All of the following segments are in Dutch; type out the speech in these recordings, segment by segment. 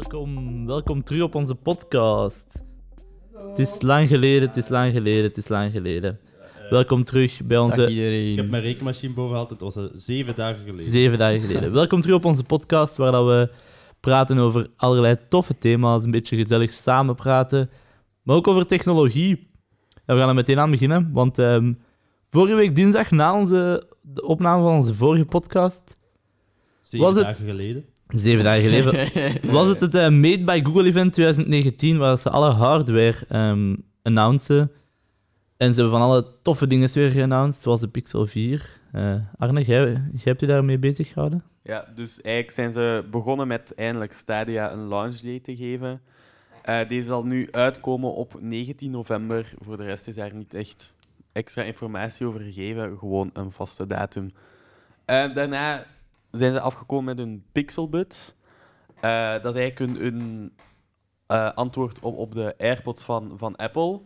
Welkom terug op onze podcast. Het is lang geleden. Welkom terug bij Dag onze... iedereen. Ik heb mijn rekenmachine boven gehad, het was 7 dagen geleden. 7 dagen geleden. Welkom terug op onze podcast, waar dat we praten over allerlei toffe thema's, een beetje gezellig samen praten, maar ook over technologie. En we gaan er meteen aan beginnen, want vorige week dinsdag, na de opname van onze vorige podcast, 7 was het- dagen geleden. 7 dagen geleden, was het Made by Google Event 2019, waar ze alle hardware announcen. En ze hebben van alle toffe dingen weer geannounced, zoals de Pixel 4. Arne, jij hebt je daarmee bezig gehouden? Ja, dus eigenlijk zijn ze begonnen met eindelijk Stadia een launch day te geven. Deze zal nu uitkomen op 19 november. Voor de rest is daar niet echt extra informatie over gegeven, gewoon een vaste datum. Daarna zijn ze afgekomen met een Pixel Buds. Dat is eigenlijk een antwoord op de AirPods van Apple.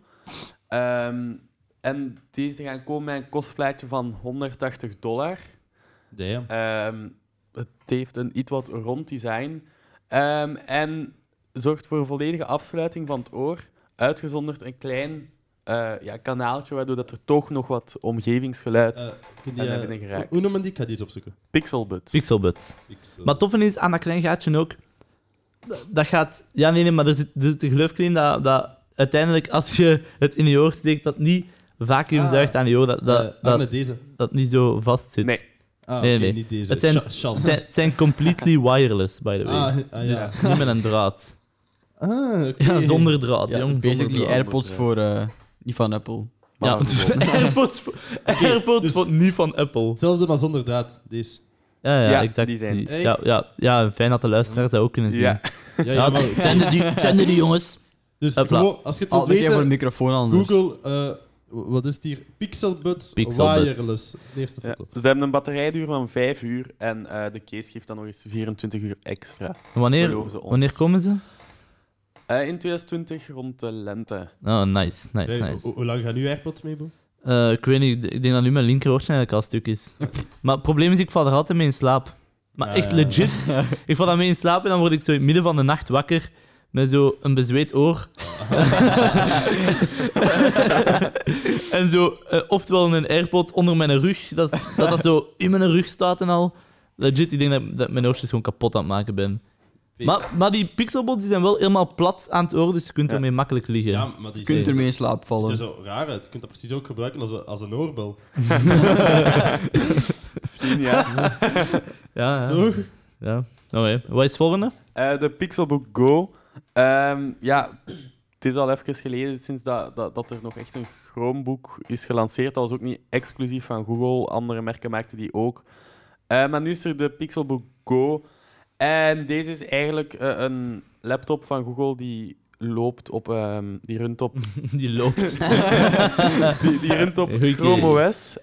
En deze gaan komen met een kostplaatje van $180. Damn. Het heeft een iets wat rond design en zorgt voor een volledige afsluiting van het oor, uitgezonderd een klein kanaaltje, waardoor dat er toch nog wat omgevingsgeluid naar binnen geraakt. Hoe noemen die? Ik ga die eens opzoeken. Pixel Buds. Pixel Buds. Pixel. Maar het toffe is aan dat klein gaatje ook, dat gaat... Ja, nee, maar er zit een geloofje in dat uiteindelijk, als je het in je oor steekt, dat niet vacuüm zuigt aan je oor, Arne, deze. dat niet zo vast zit. Nee. Nee, Oké, nee. niet deze. Het zijn- Chance. Het zijn completely wireless, by the way. ja. Dus niet met een draad. Oké. Ja, zonder draad, Ja, jong. basically Zonder draad. AirPods voor niet van Apple. Ja, Maar gewoon. AirPods dus- niet van Apple. Hetzelfde, maar zonder draad. Deze. Ja, Ja, exact. die zijn het. Ja, fijn dat de luisteraars dat ook kunnen zien. Ja. Ja, het zijn die jongens. Dus Hopla. gewoon, als je het wilt Altijd even voor de weten, microfoon anders. Google, wat is het hier? Pixel Buds Pixel Buds. wireless. De eerste Ja. foto. Ze hebben een batterijduur van 5 uur en de case geeft dan nog eens 24 uur extra. Wanneer Beloven ze ons. komen ze? In 2020 rond de lente. Oh, nice. Hey, hoe lang gaan nu AirPods mee, bro? Ik weet niet, ik denk dat nu mijn linkeroortje eigenlijk al stuk is. Maar het probleem is, ik val er altijd mee in slaap. Maar Ja, echt ja. legit. Ik val daarmee in slaap en dan word ik zo in het midden van de nacht wakker met zo een bezweet oor. En zo, oftewel een AirPod onder mijn rug, dat zo in mijn rug staat en al. Legit, ik denk dat mijn oortjes gewoon kapot aan het maken ben. Maar die pixelbots die zijn wel helemaal plat aan het oor, dus je kunt Ja. ermee makkelijk liggen. Ja, maar die Je kunt zijn- ermee in slaap ziet er vallen. zo raar uit. Je kunt dat precies ook gebruiken als een oorbel. Misschien, ja. Ja. Toch? Ja. Oké. Wat is het volgende? De Pixelbook Go. Het is al even geleden sinds dat er nog echt een Chromebook is gelanceerd. Dat was ook niet exclusief van Google. Andere merken maakten die ook. Maar nu is er de Pixelbook Go. En deze is eigenlijk een laptop van Google die loopt op... die runt op, Die loopt. die runt op Goeie Chrome OS.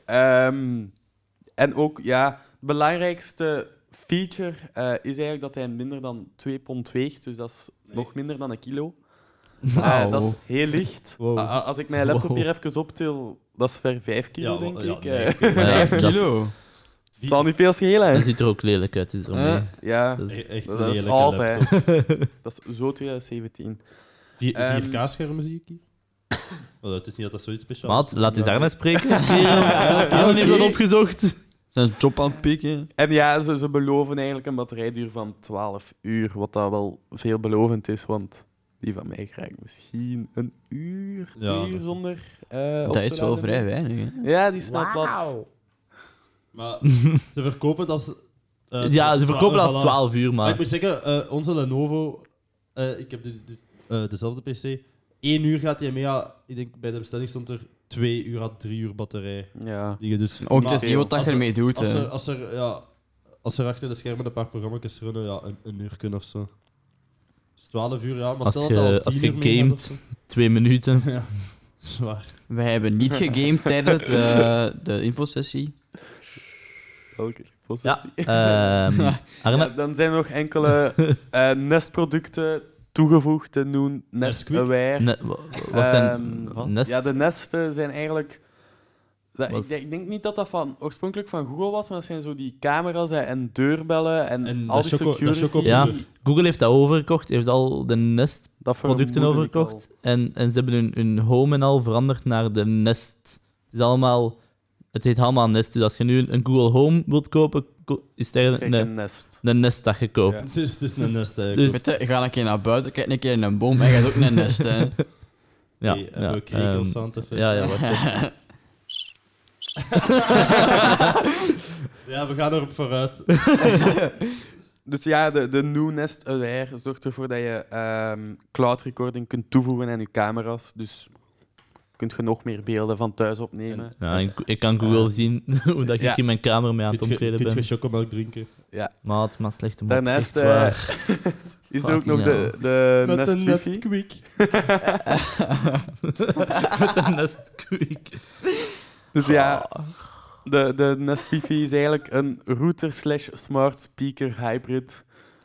En ook, ja, het belangrijkste feature is eigenlijk dat hij minder dan 2 pond weegt. Dus dat is nog minder dan een kilo. Wauw. Dat is heel licht. Wow. Als ik mijn laptop Wow. hier even optil, dat is ver 5 kilo, Ja, denk ja, ik. nee. 5 dat- kilo. Het zal niet veel schelen. Dat ziet er ook lelijk uit, is er mee. Ja, Dat is- Echt dat een is lelijke altijd. laptop. Dat is zo 2017. 4K-schermen zie ik hier. Oh, het is niet dat dat zoiets speciaals Maat, is. laat eens Arne spreken. Kerel heeft dat opgezocht. Zijn job aan het pikken. En ja, ze beloven eigenlijk een batterijduur van 12 uur, wat dat wel veelbelovend is, want die van mij krijg ik misschien een uur, 2 Ja, uur dat- zonder Dat is wel vrij weinig. Hè? Ja, die snel plat. Maar ze verkopen dat... Ja, ze verkopen als voilà. 12 uur, Maar ik maar... moet zeggen, onze Lenovo... ik heb dezelfde PC. 1 uur gaat hij mee. Ja, ik denk bij de bestelling stond er 2 uur à 3 uur batterij. Ja. Dingen, dus, Ook maar het is niet wat dat als je er- ermee doet. Als hè. er achter de schermen een paar programma's runnen, ja, een uur kunnen of zo. Dus 12 uur, ja. Maar Als stel dat al je 10 uur mee gamet, gaat of zo. 2 minuten. Ja, zwaar. Wij hebben niet gegamed tijdens de infosessie. Oké, Ja. possessie. Arne? Ja, dan zijn er nog enkele Nest-producten toegevoegd te doen. Nest Nesquik? Aware. Wat zijn... Wat? Nest? Ja, de Nesten zijn eigenlijk Ik denk niet dat dat oorspronkelijk van Google was, maar dat zijn zo die camera's en deurbellen en al dat die security. Choco- Ja. Google heeft dat overgekocht, heeft al de Nest-producten dat vermoedde ik al. overgekocht. En ze hebben hun home en al veranderd naar de Nest. Het heet allemaal Nest. Dus als je nu een Google Home wilt kopen, is er Kijk, een Nest. een Nest dat je koopt. Het is een nest eigenlijk. Dus- Weet je, ga een keer naar buiten, kijk een keer in een boom en je hebt ook een nest, hè. Ja, Hey, hebben we krekelsound effect? ja, wacht even. Ja, we gaan erop vooruit. Dus ja, de New Nest Aware zorgt ervoor dat je cloud recording kunt toevoegen aan je camera's. Dus kunt je nog meer beelden van thuis opnemen. Ja, ik kan Google zien hoe dat ik Ja. in mijn kamer mee aan het omkleden Kun je ben. chocomelk drinken? Maar slechte mop. Daarnaast echt waar. is er ook nog Fucking de Met Nest een Wifi. Nest Quick. Met een Nest Quick. Dus ja, de Nest Wifi is eigenlijk een router/smart speaker hybrid.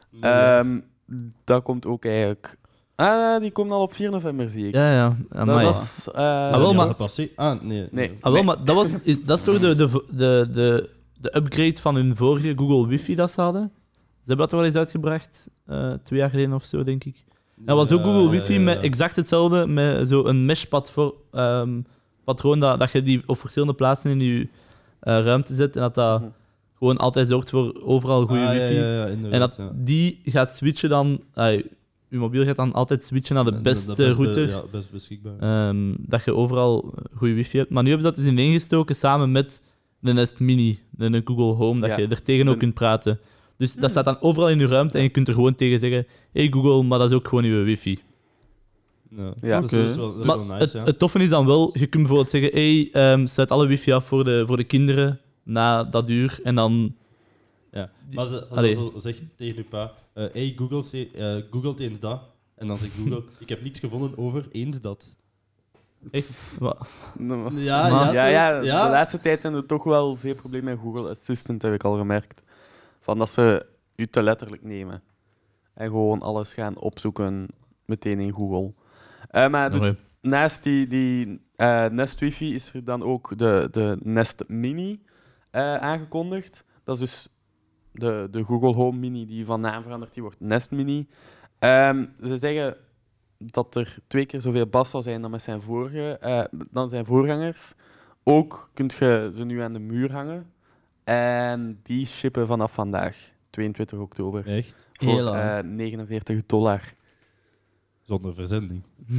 Dat komt ook eigenlijk... die komt al op 4 november, zie ik. Ja, amai. Dat was... wel, maar- Nee. Maar dat is toch de upgrade van hun vorige Google Wifi dat ze hadden? Ze hebben dat wel eens uitgebracht, 2 jaar geleden of zo, denk ik. Dat was ook Google Wifi met exact hetzelfde, met zo'n mesh-patroon dat je die op verschillende plaatsen in je ruimte zet en dat Mhm. gewoon altijd zorgt voor overal goede wifi. Ja, En inderdaad. dat die gaat switchen dan... je mobiel gaat dan altijd switchen naar de beste router. Ja, best beschikbaar. Dat je overal goede wifi hebt. Maar nu hebben ze dat dus ineengestoken samen met de Nest Mini, de Google Home, dat Ja. je er tegen ook kunt praten. Dus dat staat dan overal in je ruimte en je kunt er gewoon tegen zeggen: hey Google, maar dat is ook gewoon je wifi. Ja. Dat is wel Maar nice, ja. het toffe is dan wel, je kunt bijvoorbeeld zeggen: hey, sluit alle wifi af voor de kinderen na dat uur. En dan... Ja. Maar als Allee. je zo zegt tegen je pa, hey Google, googelt eens dat. En dan zegt Google, ik heb niets gevonden over eens dat. Echt... wa- Ja, De laatste tijd zijn er toch wel veel problemen met Google Assistant, heb ik al gemerkt. Van dat ze u te letterlijk nemen. En gewoon alles gaan opzoeken meteen in Google. Maar dus Oké. naast die Nest Wifi is er dan ook de Nest Mini aangekondigd. Dat is dus de Google Home Mini die van naam verandert, die wordt Nest Mini. Ze zeggen dat er 2 keer zoveel bas zal zijn dan met dan zijn voorgangers. Ook kun je ze nu aan de muur hangen. En die shippen vanaf vandaag, 22 oktober, Echt? voor Hela. $49. Zonder verzending.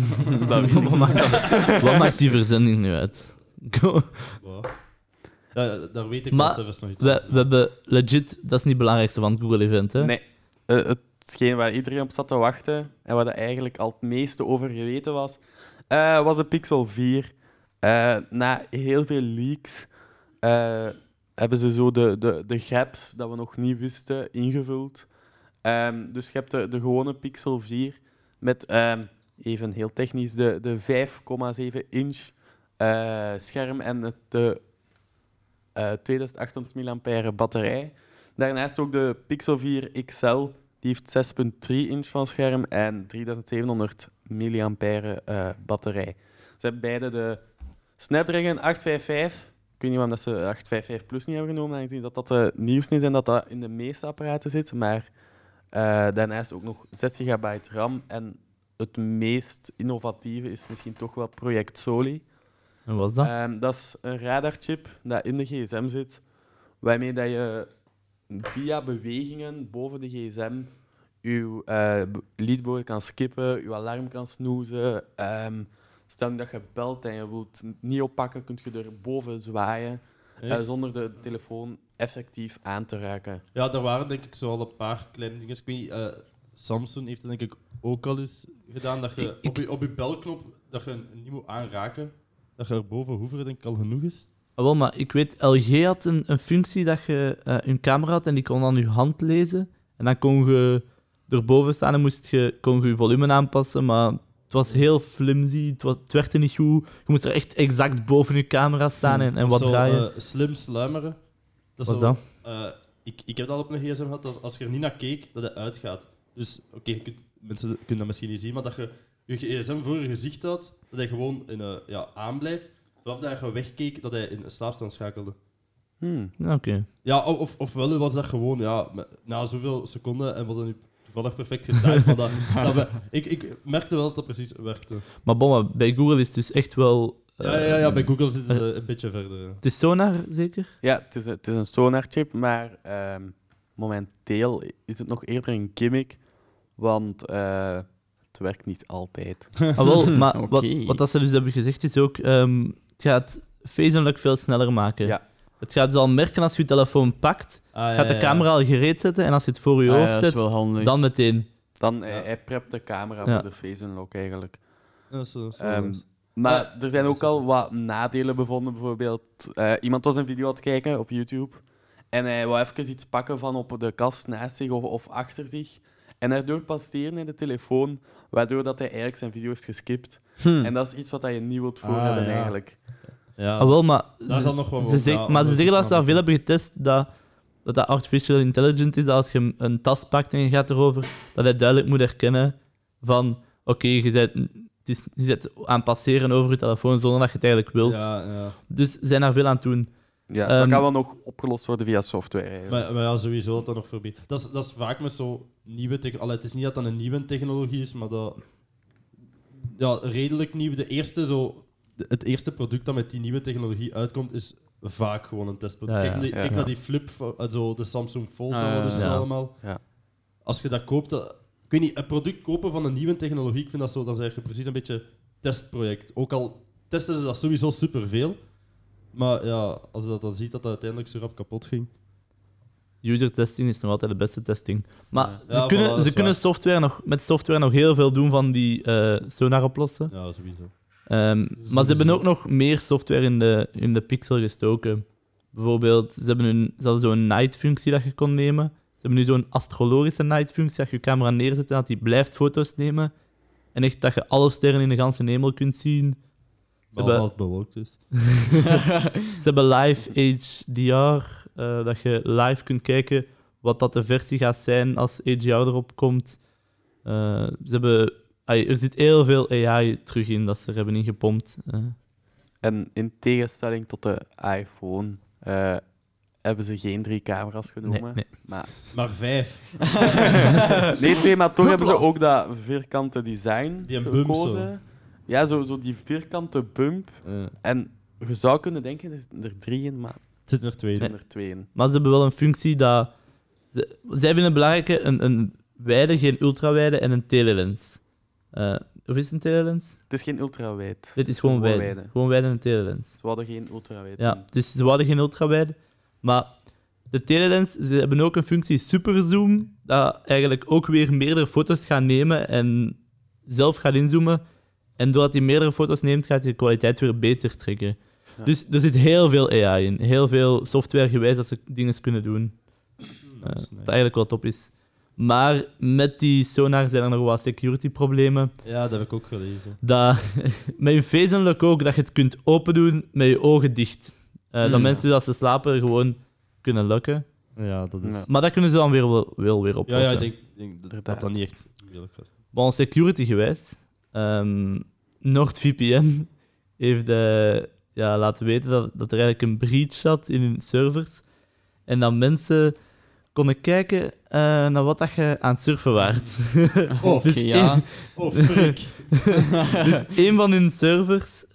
Wat maakt die verzending nu uit? Wow. Ja, daar weet ik Maar wel zelfs nog iets We hebben legit, dat is niet het belangrijkste van het Google-event, hè? Nee, hetgeen waar iedereen op zat te wachten en waar er eigenlijk al het meeste over geweten was, was de Pixel 4. Na heel veel leaks hebben ze zo de gaps dat we nog niet wisten ingevuld. Dus je hebt de gewone Pixel 4 met, even heel technisch, de 5,7 inch scherm en de 2800 mAh batterij. Daarnaast ook de Pixel 4 XL, die heeft 6,3 inch van scherm en 3700 mAh batterij. Ze hebben beide de Snapdragon 855. Ik weet niet waarom dat ze 855 Plus niet hebben genomen, aangezien dat de nieuwste is en dat dat in de meeste apparaten zit. Maar daarnaast ook nog 6 GB RAM en het meest innovatieve is misschien toch wel Project Soli. En wat is dat? Dat is een radarchip dat in de gsm zit, waarmee dat je via bewegingen boven de gsm je leadboard kan skippen, je alarm kan snoezen. Stel nu dat je belt en je wilt niet oppakken, kun je er boven zwaaien zonder de telefoon effectief aan te raken. Ja, daar waren denk ik zo al een paar kleine dingen. Ik weet niet, Samsung heeft dat denk ik ook al eens gedaan, dat je op je belknop dat je niet moet aanraken. Dat je erboven hoeveren denk ik al genoeg is. Wel, maar ik weet, LG had een functie dat je een camera had en die kon dan je hand lezen. En dan kon je erboven staan en kon je volume aanpassen, maar het was heel flimsy, het werkte niet goed. Je moest er echt exact boven je camera staan en wat Zo, draaien. slim sluimeren. Dat is Wat is zo, dat? Ik heb dat op mijn gsm gehad, dat als je er niet naar keek, dat het uitgaat. Dus oké, mensen kunnen dat misschien niet zien, maar dat je je gsm voor je gezicht houdt, dat hij gewoon aan blijft. vanaf dat je wegkeek, dat hij in slaapstand schakelde. Oké. Ja, ofwel was dat gewoon, na zoveel seconden en was dat nu toevallig perfect getimed, maar ik merkte wel dat dat precies werkte. Maar bon, bij Google is het dus echt wel... Ja, bij Google zit het een beetje verder. Ja. Het is sonar, zeker? Ja, het is een sonarchip, maar momenteel is het nog eerder een gimmick, want het werkt niet altijd. Wel, maar Oké. wat dat ze dus hebben gezegd is ook... het gaat Face Unlock veel sneller maken. Ja. Het gaat dus al merken als je je telefoon pakt, gaat de camera al gereed zetten en als je het voor je hoofd dat is zet, wel handig. dan meteen. Dan hij prept de camera Ja. voor de face unlock eigenlijk. Ja, zo. Maar er zijn ook al wat nadelen bevonden. Bijvoorbeeld, iemand was een video aan het kijken op YouTube en hij wou even iets pakken van op de kast naast zich of achter zich. En daardoor passeerde hij de telefoon, waardoor dat hij eigenlijk zijn video heeft geskipt. En dat is iets wat je niet wilt hebben eigenlijk. Ja, Ah, wel, maar daar zal nog wel ze wat- zeggen, ja, maar ze zeggen dat ze dat onderzoek veel hebben getest, dat artificial intelligence is, dat als je een tas pakt en je gaat erover, dat hij duidelijk moet herkennen van, oké, je bent aan het passeren over je telefoon zonder dat je het eigenlijk wilt. Ja. Dus ze zijn daar veel aan het doen. Ja, Ehm, dat kan wel nog opgelost worden via software eigenlijk. Maar ja, sowieso dat dat nog voorbij. Dat is vaak met zo nieuwe technologie. Het is niet dat dat een nieuwe technologie is, maar dat... Ja, redelijk nieuw. Het eerste product dat met die nieuwe technologie uitkomt, is vaak gewoon een testproduct. Ja, ja. Kijk Ja. naar die flip, de Samsung Fold, Ja, dus ja. allemaal. Ja. Als je dat koopt... ik weet niet, een product kopen van een nieuwe technologie, ik vind dat zo, dan zeg je precies een beetje testproject. Ook al testen ze dat sowieso superveel, maar ja, als je dat dan ziet dat dat uiteindelijk zo rap kapot ging... User testing is nog altijd de beste testing. Maar Ja. Ja, ze kunnen, voilà, dat is kunnen met software nog heel veel doen van die sonar oplossen. Ja, sowieso. Maar ze hebben ook nog meer software in de Pixel gestoken. Bijvoorbeeld, ze hadden zo'n night-functie dat je kon nemen. Ze hebben nu zo'n astrologische night-functie dat je camera neerzet en dat die blijft foto's nemen. En echt dat je alle sterren in de ganse hemel kunt zien. Behalve als het bewolkt is. Ze hebben live HDR, dat je live kunt kijken wat dat de versie gaat zijn als HDR erop komt. Er zit heel veel AI terug in dat ze er hebben ingepompt. En in tegenstelling tot de iPhone hebben ze geen 3 camera's genomen. Nee. Maar, Maar 5. nee, 2, maar toch hebben ze ook dat vierkante design Die een bump gekozen. Ja, zo die vierkante bump. En je zou kunnen denken, er zitten er 3 in, maar Het zit er 2 er in. zijn er 2 in. Maar ze hebben wel een functie dat... Zij vinden het belangrijk, een wijde, geen ultrawijde en een telelens. Of is het een telelens? Het is geen ultrawijd. Dit is gewoon wijde. Gewoon wijde en een telelens. Ze hadden geen ultrawijd. Ja, dus ze hadden geen ultrawijde. Maar de telelens, ze hebben ook een functie superzoom, dat eigenlijk ook weer meerdere foto's gaat nemen en zelf gaat inzoomen. En doordat hij meerdere foto's neemt, gaat hij de kwaliteit weer beter trekken. Ja. Dus er zit heel veel AI in. Heel veel softwaregewijs dat ze dingen kunnen doen. Wat eigenlijk wel top is. Maar met die sonar zijn er nog wat security-problemen. Ja, dat heb ik ook gelezen. Dat, met je Face Unlock ook, dat je het kunt open doen met je ogen dicht. Dat mensen als ze slapen gewoon kunnen lukken. Ja, dat is... Ja. Maar dat kunnen ze dan wel weer oplossen. Ja, ik denk dat Inderdaad. dat niet echt moeilijk was. Bon, security-gewijs. NordVPN heeft laten weten dat er eigenlijk een breach zat in hun servers. En dat mensen konden kijken naar wat dat je aan het surfen waart. Oh, Dus ja. Oh, freak. Dus een van hun servers,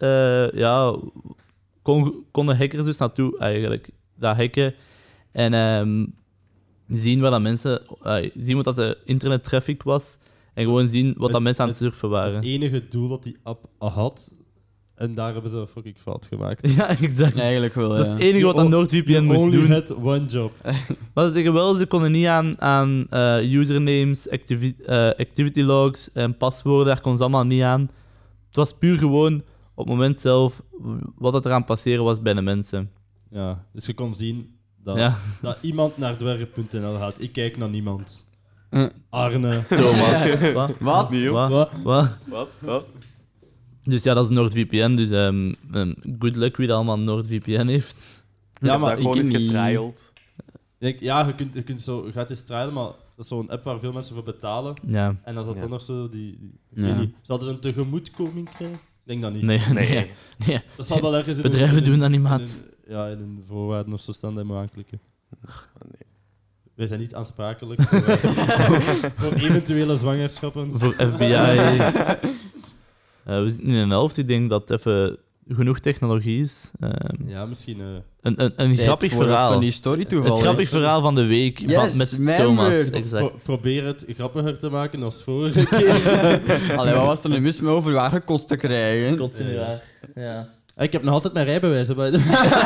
konden hackers dus naartoe eigenlijk. Dat hacken en zien waar dat mensen, zien wat dat de internettraffic was en gewoon zien wat dat mensen aan het surfen waren. Het enige doel dat die app had, en daar hebben ze een fucking fout gemaakt. Ja, exact. Eigenlijk wel, Dat is ja. het enige wat dat NordVPN moest only doen. had one job. Maar ze zeggen wel, ze konden niet aan usernames, activity logs en paswoorden, daar kon ze allemaal niet aan. Het was puur gewoon op het moment zelf wat het eraan passeren was bij de mensen. Ja, dus je kon zien dat, Ja. dat iemand naar dwergen.nl gaat. Ik kijk naar niemand. Eh. Arne. Thomas. Wat? Nieuw. Wat? Wat? Dus ja, dat is NordVPN. Dus good luck wie dat allemaal NordVPN heeft. Ja, Ja, maar maar gewoon ik eens niet. getriald. Ja, je kunt zo gratis trialen, maar dat is zo'n app waar veel mensen voor betalen. Ja. En als dat Ja. dan nog zo, ik Ja. weet niet, zouden ze een tegemoetkoming krijgen? denk dat niet. Nee. Nee. Dat zal wel ergens in Bedrijven in doen dat niet, maat. Ja, in een voorwaarden of zo staan dat je moet aanklikken. Nee. Wij zijn niet aansprakelijk voor eventuele zwangerschappen. Voor FBI. We zitten in een helft. Ik denk dat het even genoeg technologie is. Ja, misschien... Een grappig verhaal. Van die story Het toevallig. grappig verhaal van de week Yes, met mijn Thomas. beurt. Exact. probeer het grappiger te maken als vorige keer. Allee, wat was er nu mis mee over wagenkost te krijgen? Continu waar. Ja. Ik heb nog altijd mijn rijbewijs. Hè, Oké,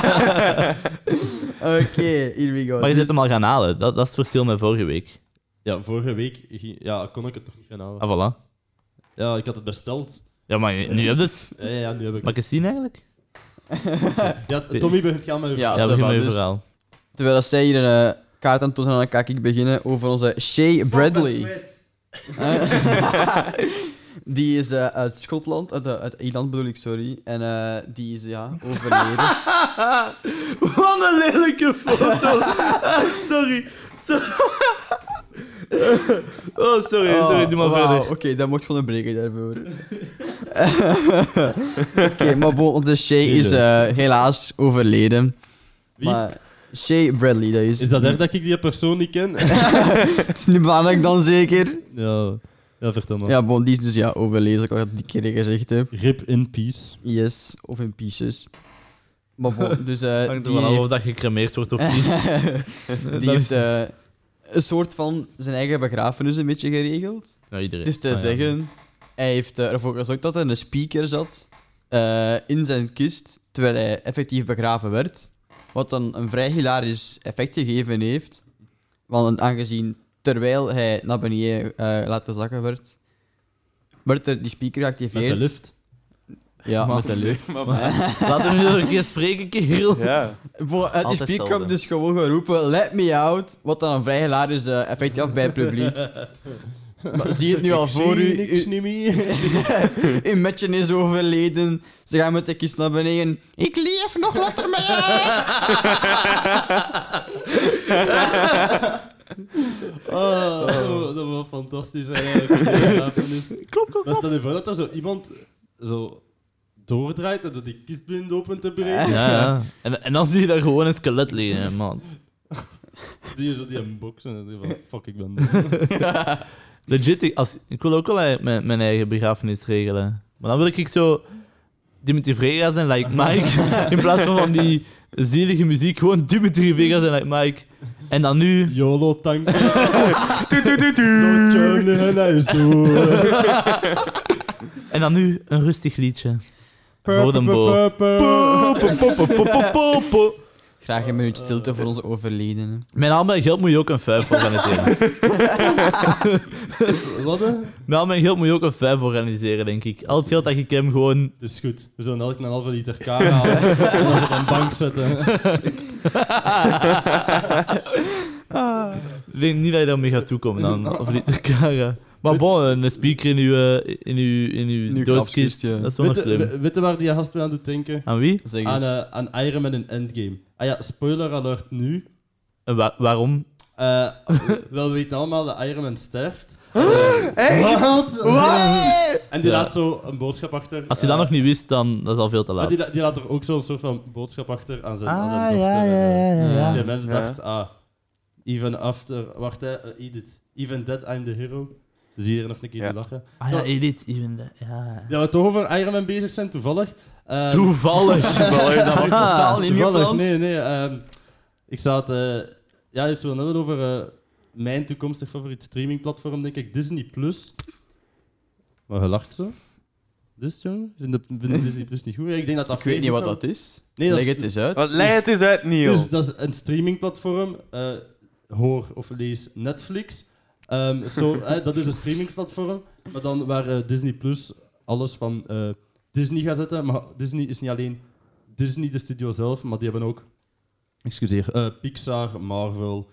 here we go. Maar je Dus- zit hem al gaan halen. Dat is het verschil met vorige week. Ja, vorige week kon ik het nog niet gaan halen. Ah, voilà. Ja, ik had het besteld. Ja, maar nu heb je het. Ja, nu heb ik Mag ik het zien eigenlijk? Ja, Tommy begint gaan met uw Ja, Ja, begin ça va, met je dus- verhaal. Terwijl dat zij hier een kaart aan het tonen zijn, dan kan ik beginnen over onze Shay Bradley. Die is uit Schotland, uit Ierland bedoel ik, sorry. En die is overleden. Wat een lelijke foto. Sorry. Oh, sorry. Doe maar wauw, verder. Oké, dan mocht je gewoon een breken daarvoor. Oké, maar bon, onze Shay is helaas overleden. Wie? Maar Shay Bradley, dat is... Is dat echt dat ik die persoon niet ken? Het is niet belangrijk dan zeker. Ja, vertel maar. Ja, bon, die is dus overleden, zoals ik al die keer gezegd heb. Rip in peace. Yes, of in pieces. Maar bon, dus Hangt er die wel af heeft, of dat gecremeerd wordt of niet. die heeft een soort van zijn eigen begrafenis een beetje geregeld. Ja, iedereen. Het is te Ah, ja. zeggen, hij heeft ervoor gezorgd dat er een speaker zat in zijn kist, terwijl hij effectief begraven werd. Wat dan een vrij hilarisch effect gegeven heeft. Want aangezien, terwijl hij naar beneden laten zakken werd er die speaker Met geactiveerd. de lift. Ja, Maar- met de lucht. Laat hem nu nog een keer spreken, kerel. Ja. Uit die Altijd speaker hetzelfde. kwam dus gewoon geroepen, let me out, wat dan een vrij hilarisch effect had bij het publiek. Maar zie je het nu al voor u? Niks niet meer. Uw matje is overleden. Ze gaan met de kist naar beneden. Ik leef nog, laat er mij uit! Dat was fantastisch eigenlijk. Klopt. Maar stel je voor dat er zo iemand zo doordraait en dat die kist begint open te breken. Ja. En dan zie je daar gewoon een skelet liggen, hè, man. Zie je zo die een box en dan denk je van, fuck, ik ben Legit, ik wil ook wel mijn eigen begrafenis regelen. Maar dan wil ik zo Dimitri Vegas zijn, like Mike. In plaats van die zielige muziek, gewoon Dimitri Vegas zijn, like Mike. En dan nu... YOLO tanken. Charlie en hij is door. En dan nu een rustig liedje. Voor de bo. Graag een minuut stilte voor onze overledenen. Met al mijn geld moet je ook een 5 organiseren. Wat hè? Met al mijn geld moet je ook een 5 organiseren, denk ik. Al het geld dat ik heb, gewoon... Het is goed. We zullen elk een halve liter K halen en ons op een bank zetten. Ik denk niet dat je daarmee gaat toekomen dan. Of niet, Kara. Maar bon, een speaker in uw uw doodskist, grafkist, ja. dat is wel nog slim. Weet je waar die gast mee aan doet denken? Aan wie? Zeg eens. Aan Iron Man in Endgame. Ah ja, spoiler alert nu. En waarom? Wel, we weten allemaal dat Iron Man sterft. Echt? Wat? En die Ja. laat zo een boodschap achter. Als je dat nog niet wist, dan dat is al veel te Maar laat. die laat er ook zo'n soort van boodschap achter aan zijn dochter. ja. Die mensen Ja. dachten, even after... Wacht, hè, Edith. Even dead, I'm the hero. Zie je hier nog een keer Ja. te lachen. Ah ja, Edith, even de... Ja. Dat we toch over Iron Man bezig zijn, toevallig. Toevallig. Dat was totaal niet Toevallig, gepland. nee. Ik zou het eens willen hebben over mijn toekomstig favoriet streamingplatform, denk ik, Disney+. Maar je lacht zo. Dus, jongen? Vind Disney Plus niet goed? Ik denk dat dat Ik weet niet wat dat is. Nee, dat Leg is- het eens uit. Wat, leg het eens uit, Neil. Dus dat is een streamingplatform. Hoor of lees Netflix. Dat is een streamingplatform, maar dan waar Disney Plus alles van Disney gaat zetten. Maar Disney is niet alleen Disney, de studio zelf, maar die hebben ook Pixar, Marvel,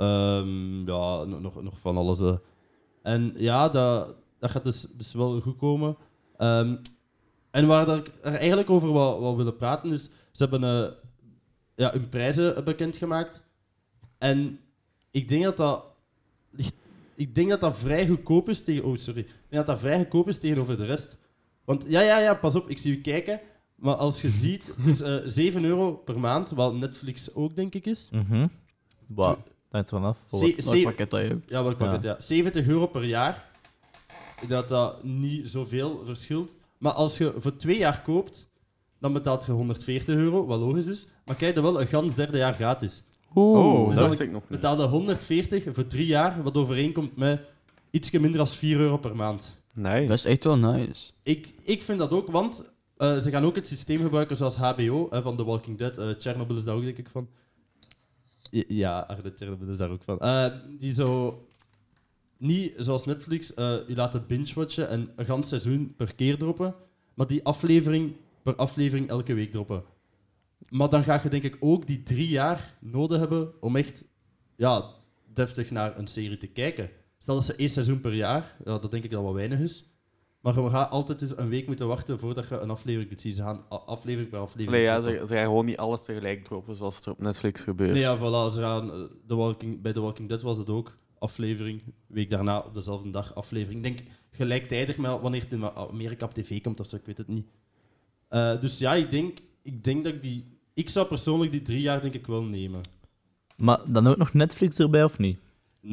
nog van alles. En ja, dat gaat dus wel goed komen. En waar ik er eigenlijk over wat willen praten is, ze hebben hun prijzen bekendgemaakt. En ik denk dat dat vrij goedkoop is tegen... Oh, sorry. Ik denk dat dat vrij goedkoop is tegenover de rest. Want ja, pas op, ik zie u kijken. Maar als je ziet, het is €7 per maand, wat Netflix ook, denk ik, is. Wow, dat hangt er vanaf. Welk pakket dat je hebt. Ja, welk pakket, ja. €70 per jaar. Ik denk dat niet zoveel verschilt. Maar als je voor 2 jaar koopt, dan betaalt je €140, wat logisch is. Maar krijg je wel een gans derde jaar gratis. Oh, Dus dat dan wist ik nog niet. betaalde 140 voor 3 jaar, wat overeenkomt met ietsje minder dan €4 per maand. Nice. Dat is echt wel nice. Ik vind dat ook, want ze gaan ook het systeem gebruiken zoals HBO, van The Walking Dead. Chernobyl is daar ook, denk ik, van. Ja, Arde Chernobyl is daar ook van. Die zo... Niet zoals Netflix, je laten binge-watchen en een gans seizoen per keer droppen, maar die aflevering per aflevering elke week droppen. Maar dan ga je denk ik ook die 3 jaar nodig hebben om echt deftig naar een serie te kijken. Stel dat ze 1 seizoen per jaar, dat denk ik dat wat weinig is. Maar je gaat altijd dus een week moeten wachten voordat je een aflevering kunt zien. Ze gaan aflevering per aflevering Nee, ja, droppen. ze gaan gewoon niet alles tegelijk droppen zoals er op Netflix gebeurt. Nee, ja, voilà. Ze gaan, bij The Walking Dead was het ook aflevering. Week daarna op dezelfde dag aflevering. Ik denk gelijktijdig met wanneer het in Amerika op tv komt of zo, ik weet het niet. Dus ja, ik denk dat ik zou persoonlijk die 3 jaar denk ik wel nemen. Maar dan ook nog Netflix erbij, of niet?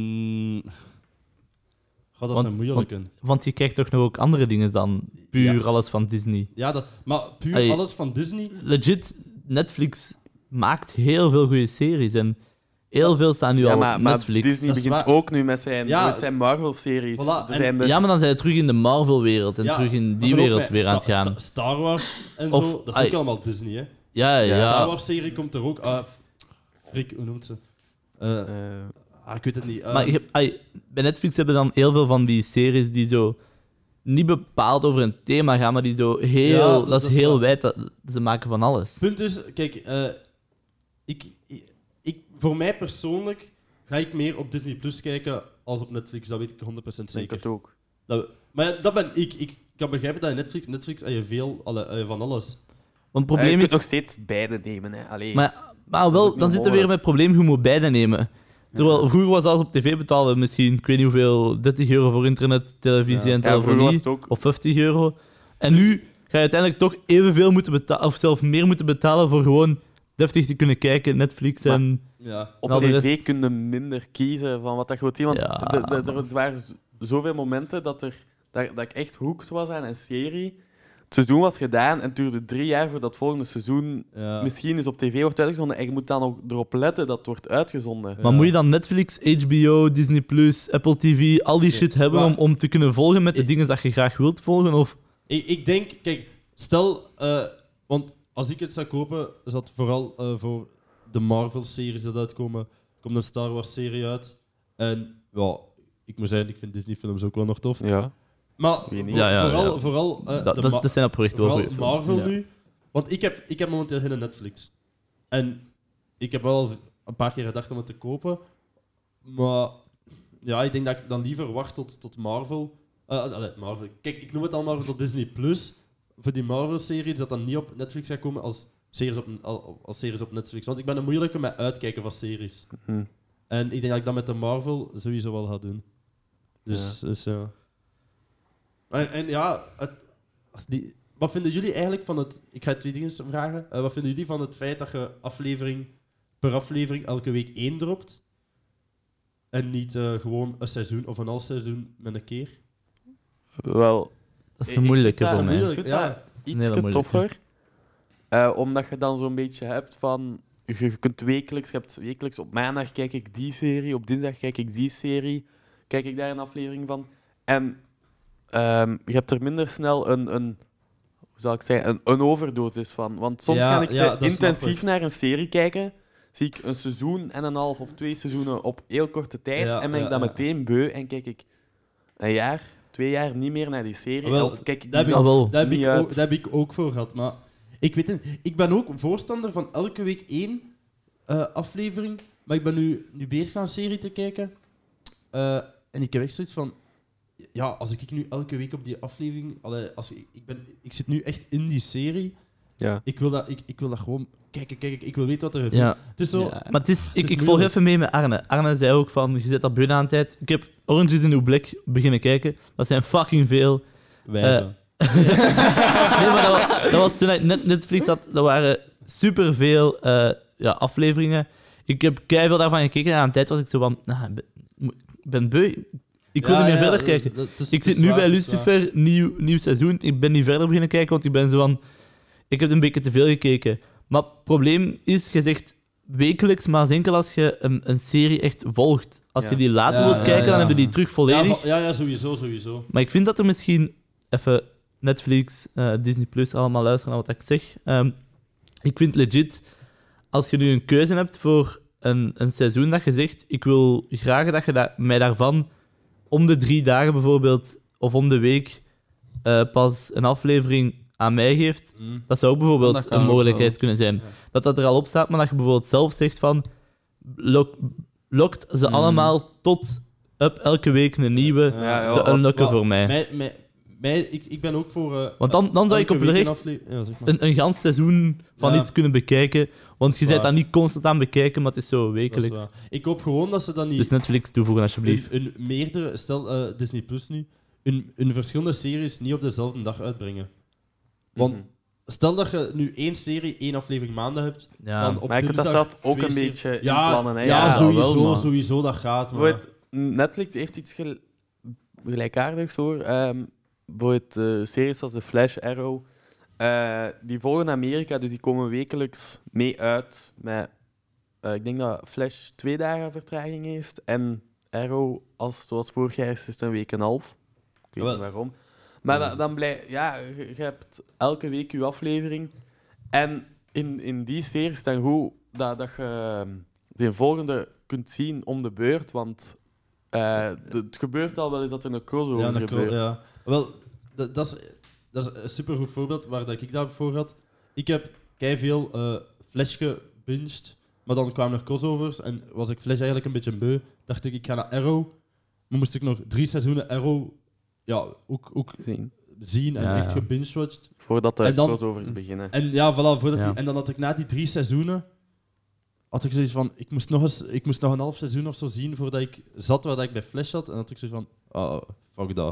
Dat is een moeilijke. Want je krijgt toch nog ook andere dingen dan puur alles van Disney. Ja, maar puur Allee. alles van Disney... Legit, Netflix maakt heel veel goede series en heel veel staan nu Ja, al maar op Netflix. Disney Dat is begint waar. ook nu met zijn Marvel-series. Voilà, Er en- zijn er- Ja, maar dan zijn we terug in de Marvel-wereld en Ja, terug in maar die geloof wereld mij, weer aan het gaan. Star Wars en Of- zo, dat is ook allemaal Disney, hè. Ja. Star Wars-serie komt er ook... Frik, hoe noemt ze? Ik weet het niet. Maar bij Netflix hebben dan heel veel van die series die zo niet bepaald over een thema gaan, maar die zo heel... Ja, dat is is heel waar. wijd. Ze maken van alles. Het punt is, kijk, voor mij persoonlijk ga ik meer op Disney Plus kijken als op Netflix, dat weet ik 100% denk zeker. het ook. Maar ja, dat ben ik. Ik kan begrijpen dat in Netflix heb je veel van alles. Want het Je probleem kunt is... nog steeds beide nemen. Hè. Allee. Maar Dat is wel, ook dan niet zit er weer mogelijk. met het probleem, je moet beide nemen. Terwijl vroeger was alles op tv betalen, misschien, ik weet niet hoeveel, €30 voor internet, televisie en Ja, vroeger was telefonie, het ook... of €50. En nu ga je uiteindelijk toch evenveel moeten betalen, of zelfs meer moeten betalen voor gewoon deftig te kunnen kijken, Netflix Maar- en... Ja. Op Nou, de tv rest- kun je minder kiezen van wat dat je wilt zien. Want Ja, er waren zoveel momenten dat ik echt hooked was aan een serie. Het seizoen was gedaan en het duurde 3 jaar voordat het volgende seizoen Ja. misschien eens op tv wordt uitgezonden. En je moet dan ook erop letten dat het wordt uitgezonden. Maar moet je dan Netflix, HBO, Disney+, Apple TV, al die shit hebben Maar- om te kunnen volgen met de dingen dat je graag wilt volgen? Of... Ik denk, kijk, stel, want als ik het zou kopen, is dat vooral voor de Marvel-series dat uitkomen. Er komt een Star Wars-serie uit. En ja, ik moet zeggen, ik vind Disney-films ook wel nog tof. Ja. Maar Weet niet. vooral Dat zijn op oprecht wel vooral goede films. Marvel Ja. nu. Want ik heb momenteel geen Netflix. En ik heb wel een paar keer gedacht om het te kopen. Maar ja, ik denk dat ik dan liever wacht tot Marvel. Marvel. Kijk, ik noem het allemaal tot Disney Plus. Voor die Marvel-serie dat dan niet op Netflix gaat komen als series op Netflix. Want ik ben een moeilijke met uitkijken van series. Hm. En ik denk dat ik dat met de Marvel sowieso wel ga doen. Dus ja. En ja, wat vinden jullie eigenlijk van het... Ik ga 2 dingen vragen. Wat vinden jullie van het feit dat je per aflevering elke week 1 dropt? En niet gewoon een seizoen of een half seizoen met een keer? Wel, Dat is te moeilijk ik voor vind mij. moeilijk. Ik vind Ja. dat een hele iets moeilijke. toffer. Omdat je dan zo'n beetje hebt van... Je kunt wekelijks op maandag kijk ik die serie, op dinsdag kijk ik die serie, kijk ik daar een aflevering van. En je hebt er minder snel hoe zal ik zeggen, een overdosis van. Want soms Ja, kan ik ja, te dat snap intensief ik. naar een serie kijken, zie ik een seizoen en een half of 2 seizoenen op heel korte tijd Ja, en ben ik ja, dan ja. meteen beu en kijk ik een jaar, 2 jaar niet meer naar die serie. Wel, Of kijk ik Daar die heb, ik, zelfs daar, heb niet ik uit. ook, daar heb ik ook voor gehad. Maar ik weet het, ik ben ook voorstander van elke week 1 aflevering. Maar ik ben nu bezig aan een serie te kijken. En ik heb echt zoiets van... Ja, als ik nu elke week op die aflevering... Ik zit nu echt in die serie. Ja. Ik wil dat gewoon kijken. Ik wil weten wat er gebeurt. Ja. Het is zo... Ja. Maar het is, is ik volg moeilijk. even mee met Arne. Arne zei ook van, je zit dat beu aan het tijd. Ik heb Orange is the New Black beginnen kijken. Dat zijn fucking veel. Wijven. Nee, maar dat was toen ik net Netflix had. Dat waren superveel afleveringen. Ik heb keiveel daarvan gekeken en aan de tijd was ik zo van... Nou, ik ben beu. Ik wil niet meer verder kijken. Ik zit nu bij Lucifer, nieuw seizoen. Ik ben niet verder beginnen kijken, want ik ben zo van... Ik heb een beetje te veel gekeken. Maar het probleem is, je zegt wekelijks, maar als enkel als je een serie echt volgt. Als je die later wilt kijken, dan hebben die terug volledig. Ja, sowieso. Maar ik vind dat er misschien... Even Netflix, Disney+, allemaal luisteren naar wat ik zeg. Ik vind legit, als je nu een keuze hebt voor een seizoen dat je zegt, ik wil graag dat je mij daarvan om de 3 dagen bijvoorbeeld, of om de week, pas een aflevering aan mij geeft. Dat zou ook bijvoorbeeld een mogelijkheid kunnen zijn. Ja. Dat er al op staat, maar dat je bijvoorbeeld zelf zegt van, lokt ze allemaal tot elke week een nieuwe te unlocken voor mij. Ik ben ook voor... Want dan zou ik oprecht een gans seizoen van iets kunnen bekijken. Want je bent dat niet constant aan bekijken, maar het is zo wekelijks. Ik hoop gewoon dat ze dan niet... Dus Netflix toevoegen, alsjeblieft. Een meerdere, stel Disney Plus nu, een verschillende series niet op dezelfde dag uitbrengen. Want stel dat je nu 1 serie, 1 aflevering maanden hebt, dan op maar je kunt dat zelf ook een beetje inplannen. Hè? Ja, sowieso, dat gaat. Maar... Netflix heeft iets gelijkaardigs hoor. Bijvoorbeeld series als The Flash, Arrow, die volgen Amerika, dus die komen wekelijks mee uit. Met, ik denk dat Flash 2 dagen vertraging heeft en Arrow, zoals vorig jaar, is het een week en een half. Ik weet niet waarom. Maar dan blijft... Ja, je hebt elke week je aflevering. En in die series dan goed dat je de volgende kunt zien om de beurt, want het gebeurt al wel eens dat er een crossover gebeurt. Ja. Wel, dat is een supergoed voorbeeld waar dat ik daarvoor had. Ik heb keiveel Flash gebinged, maar dan kwamen er crossovers en was ik Flash eigenlijk een beetje beu. Dacht ik ga naar Arrow, maar moest ik nog 3 seizoenen Arrow ook zien en echt gebingewatcht. Voordat de crossovers beginnen. En ja, voilà, en dan had ik na die 3 seizoenen had ik zoiets van, ik moest nog een half seizoen of zo zien voordat ik zat waar ik bij Flash zat. En had ik zoiets van, fuck dat.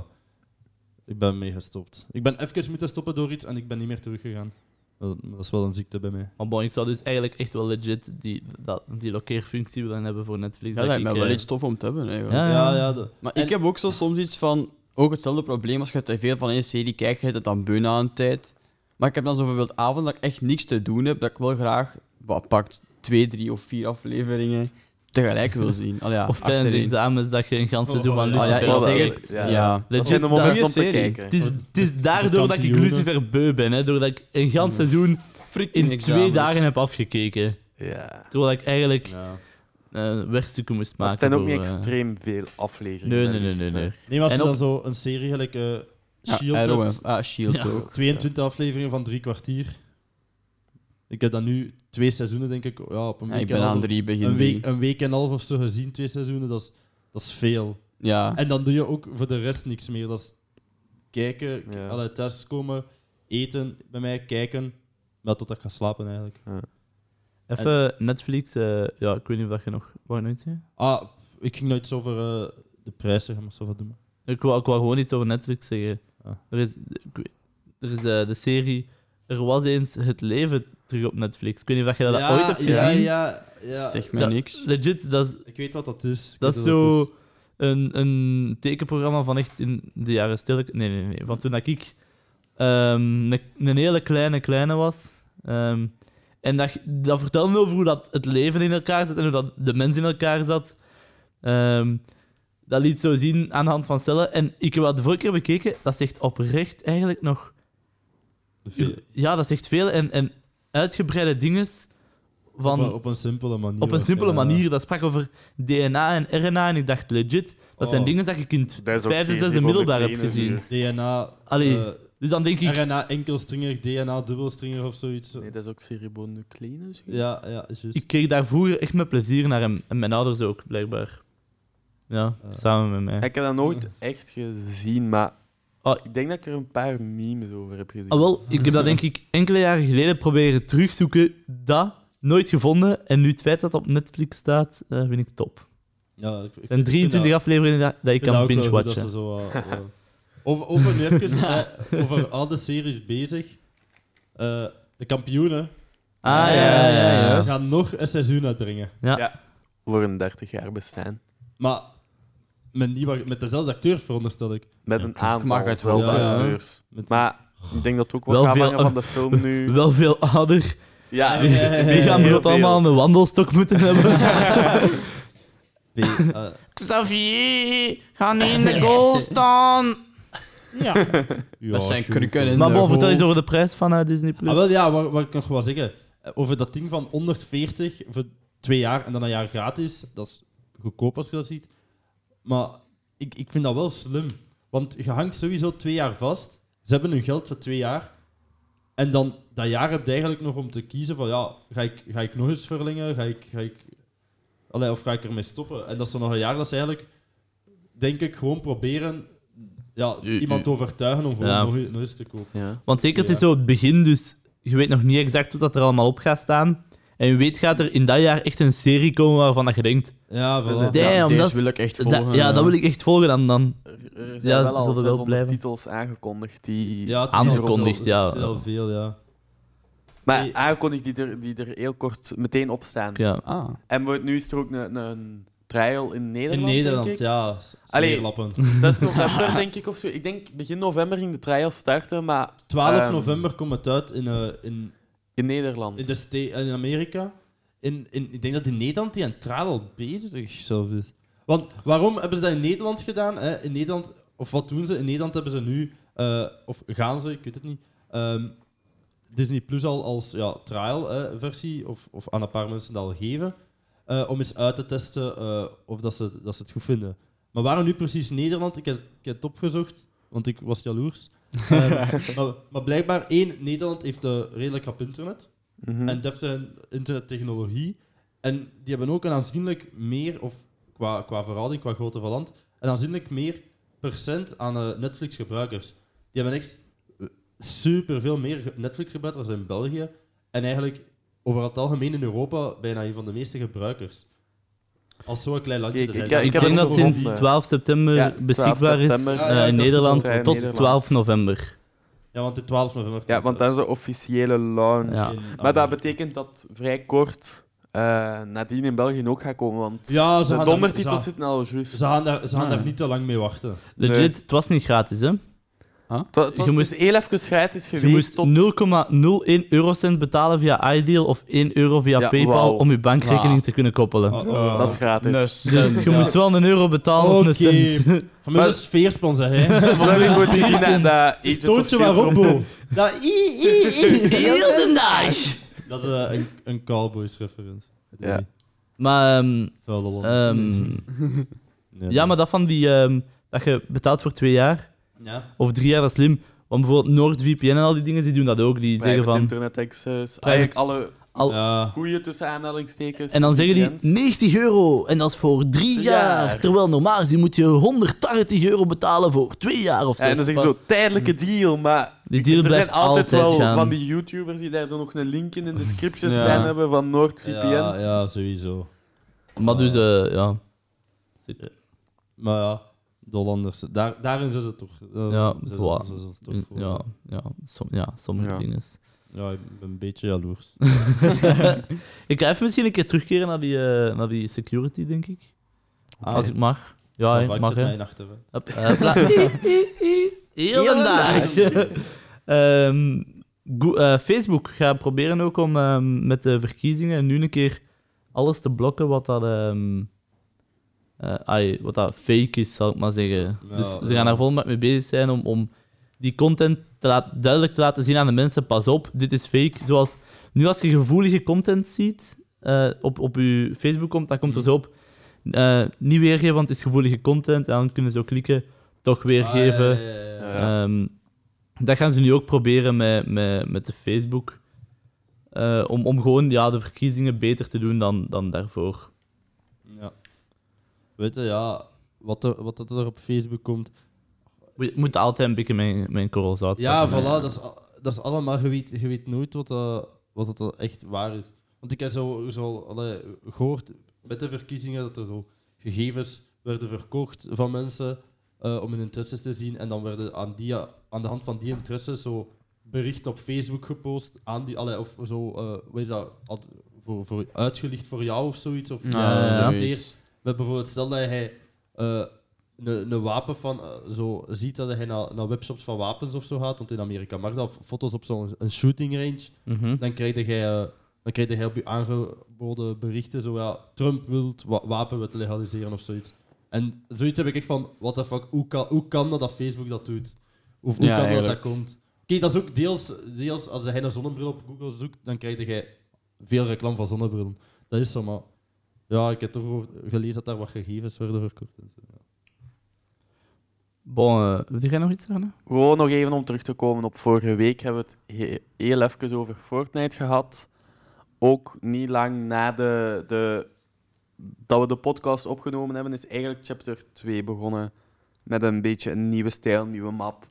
Ik ben mee gestopt. Ik ben even moeten stoppen door iets en ik ben niet meer teruggegaan. Dat is wel een ziekte bij mij. Maar bon, ik zou dus eigenlijk echt wel legit die lokeerfunctie willen hebben voor Netflix. Ja, dat lijkt me wel iets tof om te hebben. Eigenlijk. Ja. Maar ik heb ook zo soms iets van... Ook hetzelfde probleem als je te veel van één serie kijkt, je hebt het dan beu na een tijd. Maar ik heb dan zo bijvoorbeeld avond dat ik echt niks te doen heb, dat ik wel graag pakt 2, 3 of 4 afleveringen tegelijk wil zien. Of tijdens examens dat je een gans seizoen van Lucifer kijkt. Dat zijn de momenten om te kijken. Het is daardoor dat ik Lucifer beu ben, hè, doordat ik een gans seizoen in 2 dagen heb afgekeken. Ja. Terwijl ik eigenlijk werkstukken moest maken. Het zijn ook niet extreem veel afleveringen. Nee. Nee, maar als je dan zo een serie gelijk Shield hebt, Shield ook. 22 afleveringen van 3 kwartier. Ik heb dan nu 2 seizoenen, denk ik, op een week. Ik ben aan 3 begin. Een week en een half of zo gezien, 2 seizoenen, dat is veel. Ja. En dan doe je ook voor de rest niks meer. Dat is kijken, thuiskomen, eten bij mij, kijken, maar totdat ik ga slapen eigenlijk. Ja. Even Netflix, ik weet niet of je nog wou nooit zeggen. Ik ging nooit zo over de prijs zeggen, maar zo wat doen. Ik wou gewoon iets over Netflix zeggen. Er is de serie Er was eens Het Leven terug op Netflix. Ik weet niet of je dat ooit hebt gezien. Ja. Zeg me niks. Legit, Ik weet wat dat is. Dat is zo een tekenprogramma van echt in de jaren stil. Nee. Van toen dat ik een hele kleine was. En dat vertelde over hoe dat het leven in elkaar zat en hoe dat de mens in elkaar zat. Dat liet zo zien aan de hand van cellen. En ik heb dat de vorige keer bekeken, dat zegt oprecht eigenlijk nog... Ja, dat zegt veel en uitgebreide dingen van... Op een simpele manier. Op een simpele manier. Dat sprak over DNA en RNA en ik dacht legit, dat zijn dingen dat je in het 5e, 6e middelbaar hebt gezien. DNA... Dus dan denk ik... RNA enkelstringer, DNA dubbelstringer of zoiets. Nee, dat is ook cerebronucleïne. Ja, is juist. Ik kreeg daar vroeger echt met plezier naar hem. En mijn ouders ook, blijkbaar. Ja, samen met mij. Ik heb dat nooit echt gezien, maar ik denk dat ik er een paar memes over heb gezien. Wel, ik heb dat denk ik enkele jaren geleden proberen terugzoeken. Dat, nooit gevonden. En nu het feit dat het op Netflix staat, vind ik top. Ja, Er zijn 23 afleveringen dat ik kan binge-watchen. Over nu even over oude series bezig. De kampioenen Juist. gaan nog een seizoen uitbrengen. Ja. Voor een 30 jaar bestaan. Maar met dezelfde acteurs, veronderstel ik. Met een aantal mag het wel, ja. acteurs. Met- Maar ik denk dat het ook Wel wel gaat veel- afhangen van de film nu. Wel veel ouder. Ja, Wie gaan heel bijvoorbeeld veel. allemaal een wandelstok moeten hebben? eh, Xavier, ga niet in de goal staan. ja, Dat zijn sure. krukken in Maar de bon, vertel goal. eens over de prijs van Disney+. Ah, wel, ja, wat ik nog wel zeggen. Over dat ding van 140 voor 2 jaar en dan een jaar gratis. Dat is goedkoop als je dat ziet. Maar ik vind dat wel slim. Want je hangt sowieso 2 jaar vast. Ze hebben hun geld voor 2 jaar. En dan dat jaar heb je eigenlijk nog om te kiezen van ja, ga ik nog eens verlengen? Of ga ik ermee stoppen? En dat is dan nog een jaar dat ze eigenlijk, denk ik, gewoon proberen iemand te overtuigen om gewoon nog eens te kopen. Ja. Want zeker, het is zo het begin, dus je weet nog niet exact wat er allemaal op gaat staan. En je weet, gaat er in dat jaar echt een serie komen waarvan dat je denkt... Ja, voilà. Damn, Deze dat is- wil ik echt volgen. dat wil ik echt volgen. Dan Er zijn Ja, wel al zullen wel 600 blijven. titels aangekondigd die... Ja, het is Aangekondigd, al- ja. Het is al veel, ja. Maar Nee. aangekondigd die er heel kort meteen op staan. ja. Ah. En nu is er ook een trial in Nederland, In Nederland, denk ik. ja. Allee. Smeerlappen. 6 november, denk ik, of zo. Ik denk begin november ging de trial starten, maar 12 november komt het uit in Nederland. in Amerika. Ik denk dat in Nederland die een trial al bezig zelf is. Want waarom hebben ze dat in Nederland gedaan? Hè? In Nederland, of wat doen ze? In Nederland hebben ze nu, of gaan ze, ik weet het niet, Disney Plus al als trial-versie, of aan een paar mensen dat al geven, om eens uit te testen of dat ze het goed vinden. Maar waarom nu precies Nederland? Ik heb het opgezocht, want ik was jaloers. Maar blijkbaar, Nederland heeft redelijk rap internet. Mhm. En deftige internettechnologie. En die hebben ook een aanzienlijk meer, of qua verhouding, qua grootte van land, een aanzienlijk meer procent aan Netflix-gebruikers. Die hebben echt superveel meer Netflix-gebruikers dan in België. En eigenlijk over het algemeen in Europa bijna een van de meeste gebruikers. Als zo'n klein landje. Kijk, te ik zijn. Ik heb denk het dat ook sinds gevonden. 12 september Ja, 12 beschikbaar is september. Ja, in ik dacht Nederland dat het tot Nederland. 12 november. Ja, want de 12 november. Ja, want dat is een officiële launch. Ja. Maar dat betekent dat vrij kort nadien in België ook gaat komen, want Ja, ze de gaan dondertitels daar- zitten al juist. Ze gaan daar niet te lang mee wachten. Legit, Nee. het was niet gratis, hè? Je moest heel even gratis Je geweest moest tot... 0,01 eurocent betalen via iDeal of 1 euro via Ja, PayPal wauw. om je bankrekening Ja. te kunnen koppelen. Dat is gratis. Dus je moest wel €1 betalen of Oké. een cent. Van mij is het veersponsor, hè? Zo heb ik goed gezien dat Het Agents of stootje Shield waarop, erop- Bo. Dat Heel de dag! Dat is een Cowboys-reference. Ja. Maar, Vuile lol. Nee, ja, maar dat van die... dat je betaalt voor 2 jaar Ja. of 3 jaar, dat is slim. Want bijvoorbeeld NordVPN en al die dingen, die doen dat ook. Die zeggen Private van... internet access. Eigenlijk alle Al, goede tussen aanhalingstekens. En dan zeggen die VPN's. €90 en dat is voor 3 jaar. jaar. Terwijl normaal gezien moet je €180 betalen voor 2 jaar of zo. Ja, en dan zeggen ze zo, tijdelijke deal, maar Die deal er zijn blijft altijd wel gaan. van die YouTubers die daar zo nog een link in de description Ja. staan hebben van NordVPN. Ja, sowieso. Maar dus, ja. Maar ja, de Hollanders. Daarin zit het toch. Ja, zit voilà. het toch voor. Sommige Ja. dingen. Ja, ik ben een beetje jaloers. Ik ga even misschien een keer terugkeren naar die security, denk ik. Als ik mag. Ja, ik ik mag, zet hè. mij achter. Hè. Hopla. Heel de dag. Facebook gaat proberen ook om met de verkiezingen nu een keer alles te blokken wat dat, wat dat fake is, zal ik maar zeggen. Ja, Dus ze ja. gaan daar volop mee bezig zijn om die content duidelijk te laten zien aan de mensen. Pas op, dit is fake. Zoals nu als je gevoelige content ziet op je Facebook komt, dan komt er zo op niet weergeven, want het is gevoelige content. En dan kunnen ze ook klikken, toch weergeven. Ja. Dat gaan ze nu ook proberen met de Facebook. Om gewoon de verkiezingen beter te doen dan daarvoor. Ja. Weet je, ja, wat er op Facebook komt. Je moet altijd een beetje mijn korrels uit. Ja, voilà, dat is allemaal, je weet nooit wat dat echt waar is. Want ik heb zo gehoord met de verkiezingen dat er zo gegevens werden verkocht van mensen om hun interesses te zien. En dan werden aan de hand van die interesses zo berichten op Facebook gepost aan die, of zo, wat is dat, voor uitgelicht voor jou of zoiets. Of met bijvoorbeeld, stel dat hij een wapen van, zo ziet dat hij naar webshops van wapens of zo gaat, want in Amerika mag dat, of foto's op zo'n shooting range, dan krijg je op je aangeboden berichten zo, ja, Trump wil wapenwet legaliseren of zoiets. En zoiets heb ik echt van, what the fuck, hoe kan dat Facebook dat doet? Of hoe kan dat komt? Oké, dat is ook deels, als hij een zonnebril op Google zoekt, dan krijg je veel reclame van zonnebrillen. Dat is zo, maar ja, ik heb toch gelezen dat daar wat gegevens werden verkocht. En zo, ja. Bon, wil jij nog iets zeggen? Gewoon nog even om terug te komen op vorige week hebben we het heel even over Fortnite gehad. Ook niet lang na dat we de podcast opgenomen hebben, is eigenlijk chapter 2 begonnen. Met een beetje een nieuwe stijl, een nieuwe map.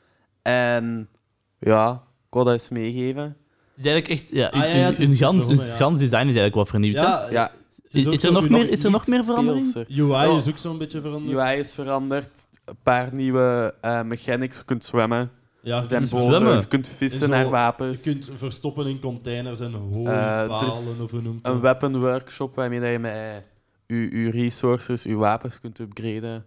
En ja, ik wil dat eens meegeven. Het is eigenlijk echt... Ja, het is hun gans begonnen, design is eigenlijk wat vernieuwd. Ja, Ja, Is er nog meer verandering? speelser. UI is ook zo'n beetje veranderd. UI is veranderd. Een paar nieuwe mechanics. Je kunt zwemmen. Ja, Er zijn je kunt boten. zwemmen. Je kunt vissen En zo- naar Je wapens. kunt verstoppen in containers en er hooipalen is of hoe noemt Een dat? weapon workshop waarmee dat je met je resources, je wapens kunt upgraden.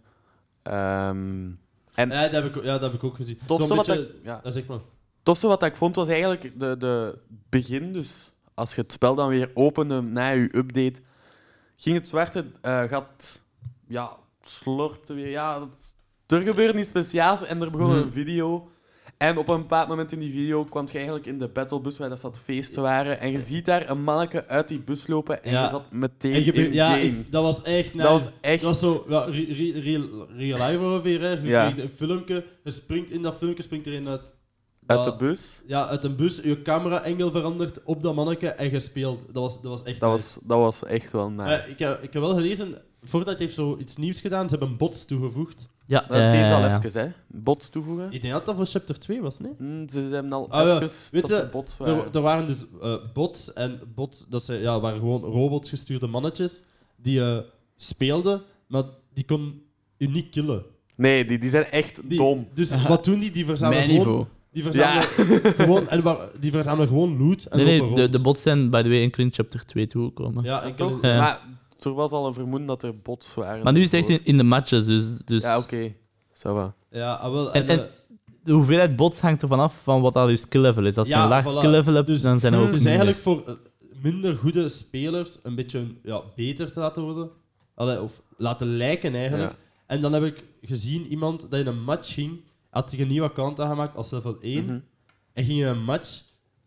En Ja, dat heb ik ook gezien. tofste Zo'n wat beetje- ik, ja, Ja, zeg maar. tofste wat ik vond was eigenlijk de begin. Dus als je het spel dan weer opende na je update, ging het zwarte gat, ja, slorpte weer. Ja, er gebeurde iets speciaals en er begon een video. En op een bepaald moment in die video kwam je eigenlijk in de battlebus waar dat zat feesten waren. En je ziet daar een manneke uit die bus lopen en Ja. je zat meteen En in game. dat was echt nice. Dat was echt... Dat was zo, ja, real life ongeveer. Hè. Je Ja. krijgt een filmpje, in dat filmpje springt er een uit... Uit de bus. Ja, uit een bus, je camera-engel verandert op dat manneke en je speelt. Dat was echt nice. Dat was echt wel nice. Ik heb wel gelezen, Fortnite heeft zo iets nieuws gedaan. Ze hebben bots toegevoegd. Ja, Deze al even, hè. Bots toevoegen. Ik denk dat dat voor chapter 2 was, nee? Ze hebben al Ah, ja. even Weet tot je, de bots waren. Er waren dus bots, en bots waren gewoon robotgestuurde mannetjes die speelden, maar die kon je niet killen. Nee, die zijn echt dom. Dus wat doen die? Die verzamelen Mijn gewoon... niveau. Die verzamelen gewoon loot en nee, lopen de rond. bots zijn by the way enkel in chapter 2 toegekomen. Ja, En ik toch? Ja. Maar er was al een vermoeden dat er bots waren. Maar nu is het echt in de matches, dus Ja, oké. Ça va. Ja, wel. En de hoeveelheid bots hangt ervan af van wat al je skill level is. Als je Ja, een laag voilà. skill level hebt, Dus- dan zijn er ook dus minder. eigenlijk voor minder goede spelers een beetje beter te laten worden. Of laten lijken eigenlijk. Ja. En dan heb ik gezien iemand dat in een match ging, had zich een nieuw account aangemaakt als level 1. Mhm. En ging in een match.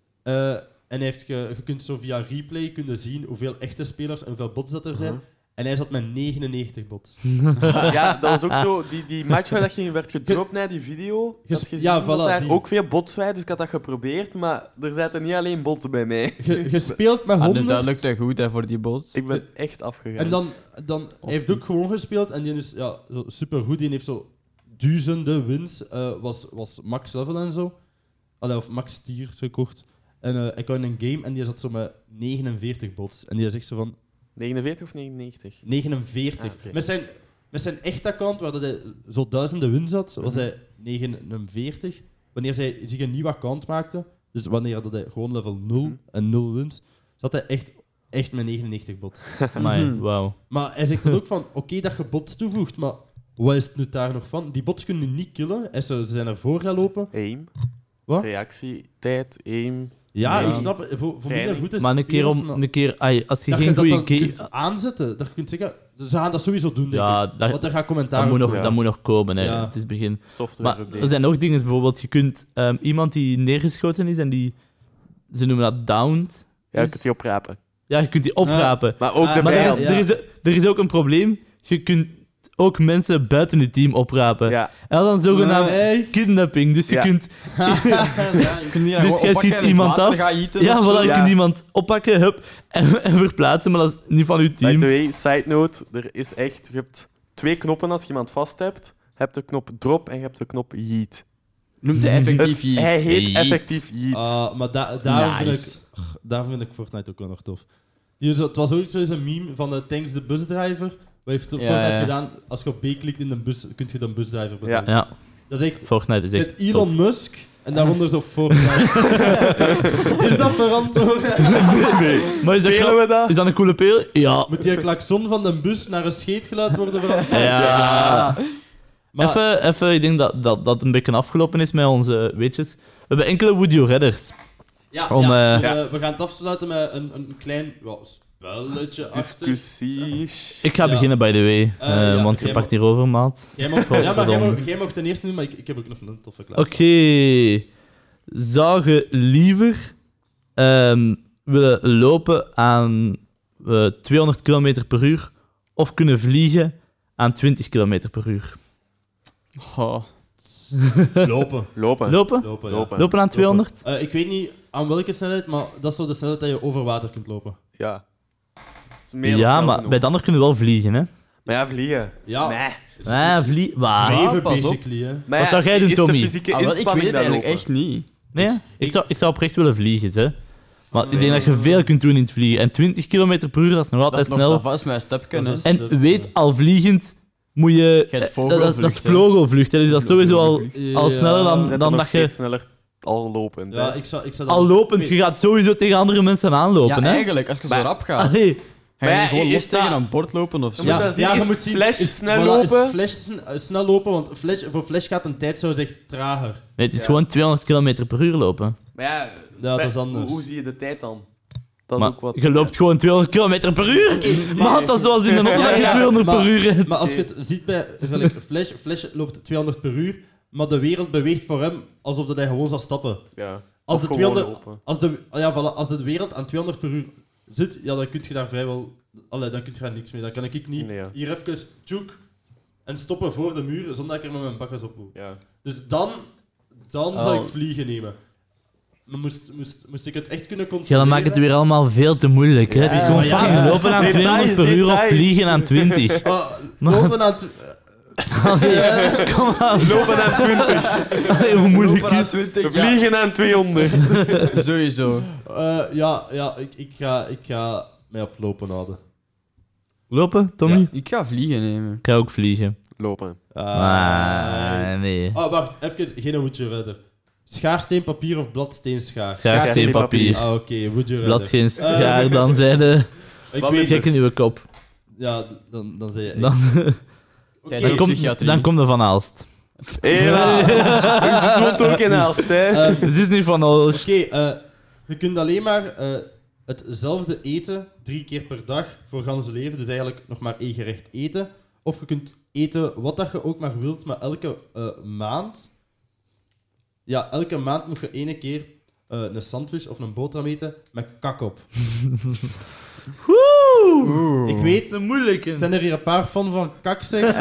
En je kunt zo via replay kunnen zien hoeveel echte spelers en hoeveel bots dat er zijn. Mhm. En hij zat met 99 bots. Ja, dat was ook zo. Die match waar dat werd gedropt na die video. Ik had gezien ja, dat voilà, daar die. ook veel bots waren, dus ik had dat geprobeerd. Maar er zaten niet alleen bots bij mij. Je speelt met 100. Dus dat lukte goed hè, voor die bots. Ik ben echt afgegaan. En dan hij heeft ook gewoon gespeeld en die is zo supergoed. Die heeft zo duizenden wins. Was max level en zo. Of max tier gekocht. En hij kwam in een game en die zat zo met 49 bots. En die zegt zo van 49 of 99? 49. Ah, oké. Met zijn echt account, waar dat hij zo duizenden wins had, was hij 49. Wanneer zij zich een nieuw account maakte, dus wanneer dat hij gewoon level 0 en 0 wins, zat hij echt met 99 bots. Amai, wauw. Maar hij zegt dan ook van, oké, dat je bots toevoegt, maar wat is het nu daar nog van? Die bots kunnen je niet killen. En ze zijn ervoor gaan lopen. Aim. Wat? Reactietijd, aim. Ja, Ja. ik snap het. Voor minder goed is Maar een keer, spelers, als je dat geen je dat goede dan game... kunt aanzetten. Dat je kunt zeggen, ze gaan dat sowieso doen, denk Ja, ik. Want er gaat commentaar dat moet, op nog, Ja. dat moet nog komen, hè. Ja. Het is begin. Software Maar update. er zijn nog dingen, bijvoorbeeld, je kunt iemand die neergeschoten is en die... Ze noemen dat downed. Ja, je kunt die oprapen. Ja, je kunt die oprapen. Maar ook de maar Maar dat vijand. is- er is ook een probleem. Je kunt ook mensen buiten je team oprapen. Ja. En dat is dan zogenaamd Nee. kidnapping. Dus je Ja. kunt... Je kunt die Dus gewoon jij oppakken schiet en in iemand het water af. gaan gieten Ja, of zo. voilà, je Ja. kunt iemand oppakken hup, en verplaatsen, maar dat is niet van je By team. the way, side note, er is echt... Je hebt 2 knoppen als je iemand vast hebt. Je hebt de knop drop en je hebt de knop yeet. Noemt hij effectief yeet. Hij heet Yeet. effectief yeet. Maar daarom Nice. vind ik Fortnite ook wel nog tof. Het was ook zo'n meme van Thanks the Busdriver, Wat heeft Ja, Fortnite ja. gedaan? Als je op B klikt in de bus, kun je dan busdriver bedoelen. Ja, Dat is echt... Fortnite is echt Met Elon Musk en daaronder zo Fortnite. Is dat verantwoord? Maar is dat, Spelen we dat? is dat een coole peel? Ja. Moet die klakson van de bus naar een scheetgeluid worden veranderd? Ja. Maar Even, ik denk dat het een beetje afgelopen is met onze weetjes. We hebben enkele Would You Radders. ja, Om, dus, ja. we gaan het afsluiten met een klein spelletje achter. Discussie. Ik ga Ja. beginnen, by the way. Ja, Want je jij pakt hier over, maat. Jij mocht, Godverdomme. ja, maar jij mocht ten eerste doen, maar ik heb ook nog een toffe klaar. Oké. Zou je liever willen lopen aan 200 km per uur of kunnen vliegen aan 20 km per uur? Oh. Lopen. Lopen. Lopen? Lopen, Lopen. Lopen aan 200? Ik weet niet aan welke snelheid, maar dat is zo de snelheid dat je over water kunt lopen. Ja. Dat is meer dan Ja, snel maar genoeg. bij de ander kunnen we wel vliegen, hè? Maar ja, vliegen. Ja. Nee. Vliegen. Zweven, pas op. basically, hè. Maar Wat ja, zou jij doen, is Tommy? de fysieke Ik weet inspanning het dan eigenlijk lopen? echt niet. Nee? Ik zou oprecht willen vliegen, hè? Maar ik denk dat je veel kunt doen in het vliegen. En 20 km per uur, dat is nog Dat altijd is nog snel. zo vast met een stapje. Dat hè. is- En weet, al vliegend moet je... Je hebt dat is vogelvlucht, hè. vogelvlucht, hè. Dus dat is sowieso al sneller dan, We zetten dan nog dat je... steeds sneller al lopend. Ja, hè. ik zou dat Al lopend, je gaat sowieso tegen andere mensen aanlopen, Ja, hè? eigenlijk, als je zo Maar- rap gaat, Allee. ga je Maar ja, gewoon is los dat- tegen een bord lopen of zo. Je moet dat zien, je is moet zien, Flash is- snel voilà, lopen? Is Flash snel lopen, want voor Flash gaat een tijd zo echt trager. Nee, het is Ja. gewoon 200 km per uur lopen. Maar ja, Ja, dat is anders. Hoe zie je de tijd dan? Dat Maar is ook wat. je loopt gewoon 200 km per uur. Maar dat is zoals in de auto dat je 200 per uur rijdt. Maar als je het ziet bij gelijk Flash loopt 200 per uur, maar de wereld beweegt voor hem alsof dat hij gewoon zal stappen. Ja. Als Of de, gewoon 200, lopen. als de wereld aan 200 per uur zit, ja, dan kun je daar vrijwel... Allee, dan kun je daar niks mee. Dan kan ik niet Nee, ja. hier even tjoek en stoppen voor de muur zonder dat ik er met mijn bakkers op moet. Ja. Dus dan zou Oh. ik vliegen nemen. Maar moest ik het echt kunnen Ja, controleren... dan maakt het weer allemaal veel te moeilijk, hè. Het is gewoon maar ja, fucking lopen aan details, 200 per uur of details. vliegen aan 20. Lopen aan... Allee, kom aan. Lopen aan 20. Allee, hoe moeilijk Lopen aan is 20, ja. Vliegen aan 200. Sowieso. Ik ga mij op lopen houden. Lopen, Tommy? Ik ga vliegen nemen. Ik ga ook vliegen. Lopen. Nee. Oh, wacht, even geen would you rather. Schaarsteen, papier of bladsteen, schaar? Steen, papier. Ah, oké, would you rather. Blad geen schaar, dan zijn de Ik Wat weet gek in uw kop. Ja, dan zei je... Dan, Tijd dan, op komt, psychiatrie. dan komt er van Aalst. Hela. Je zoont ook in Aalst, hè. Het is niet van Aalst. Je kunt alleen maar hetzelfde eten 3 keer per dag voor gans je leven. Dus eigenlijk nog maar 1 gerecht eten. Of je kunt eten wat dat je ook maar wilt, maar elke maand... Ja, elke maand moet je 1 keer een sandwich of een boterham eten met kak op. Ik weet, een moeilijke. zijn er hier een paar van kakseks?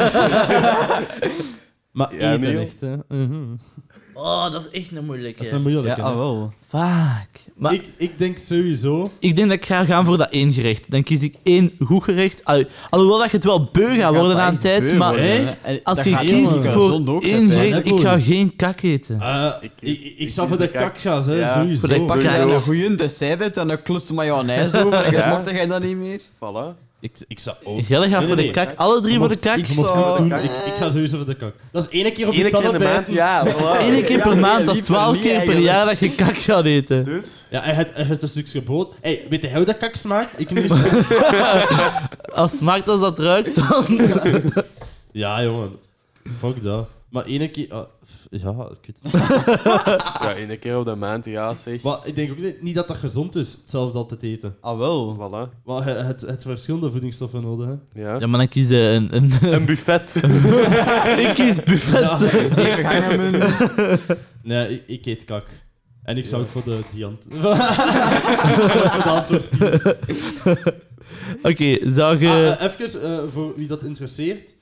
Maar Ja, eten Neil. echt, hè. Oh, dat is echt een moeilijke. Dat is een moeilijke. Ja, hè. wel. Fuck. Maar Ik denk sowieso... ik denk dat ik ga gaan voor dat 1 gerecht. Dan kies ik 1 goed gerecht. Alhoewel dat je het wel beu gaat worden aan tijd, maar als je kiest voor 1 gerecht, ik ga geen kak eten. Ik zal voor de kakgas, hè, Ja, sowieso. voor de Pak kak. jij een goeie dessert en een klus mayonaise over en je Ja. smaakt jij dat niet meer? Voilà. Ik zou ook... Jelle gaat voor de nee. kak. Alle 3 voor de kak. ik Je mocht zou- niks doen. Kak. Ik ga sowieso voor de kak. Dat is 1 keer op je 1 keer in tanden de maand, bijten. ja. Voilà. 1 keer Ja, per nee, maand, dat is liever 12 niet keer per eigenlijk. jaar dat je kak gaat eten. Dus? Ja, hij heeft een stukje brood. Hey, weet je hoe dat kak smaakt? Ik nu Als smaakt als dat ruikt, dan... Ja, jongen. Fuck dat. Maar 1 keer... ja, ik weet het niet. Ja, 1 keer op de maand, ja, zeg. Maar ik denk ook niet dat dat gezond is, hetzelfde altijd eten. Ah, wel. Voilà. Want het verschillende voedingsstoffen nodig, hè. Ja. Ja, maar dan kies je een... Een buffet. Ik kies buffet. Ja. 7 gangen men. Nee, ik eet kak. En ik zou ook voor de voor de antwoord kiezen. Oké, zou je... Even, voor wie dat interesseert.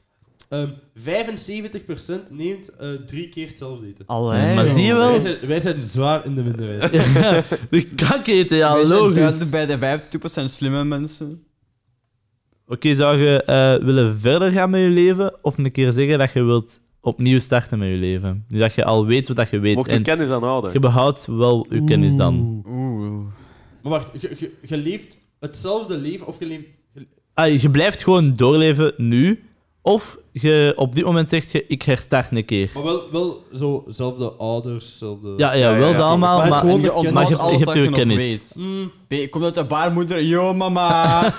75% neemt 3 keer hetzelfde eten. Allee, Maar zie je wel? Wij zijn zwaar in de minderheid. Ja, de kak eten, ja, Wij zijn logisch. duidelijk bij de 50% slimme mensen. Oké, zou je willen verder gaan met je leven? Of een keer zeggen dat je wilt opnieuw starten met je leven? Nu dat je al weet wat je weet. Mocht je En kennis aanhouden. je behoudt wel je kennis dan. Oeh. Maar wacht, je leeft hetzelfde leven of je leeft... Je blijft gewoon doorleven nu. Of je op dit moment zegt je, ik herstart een keer. Maar wel zo, zelfde ouders, zelfde... Ja, Ja, wel ja, dat allemaal, maar het maar, gewoon je de onthoud maar je alles hebt dat je nog kennis. weet. Mm, Komt uit de baarmoeder, yo mama.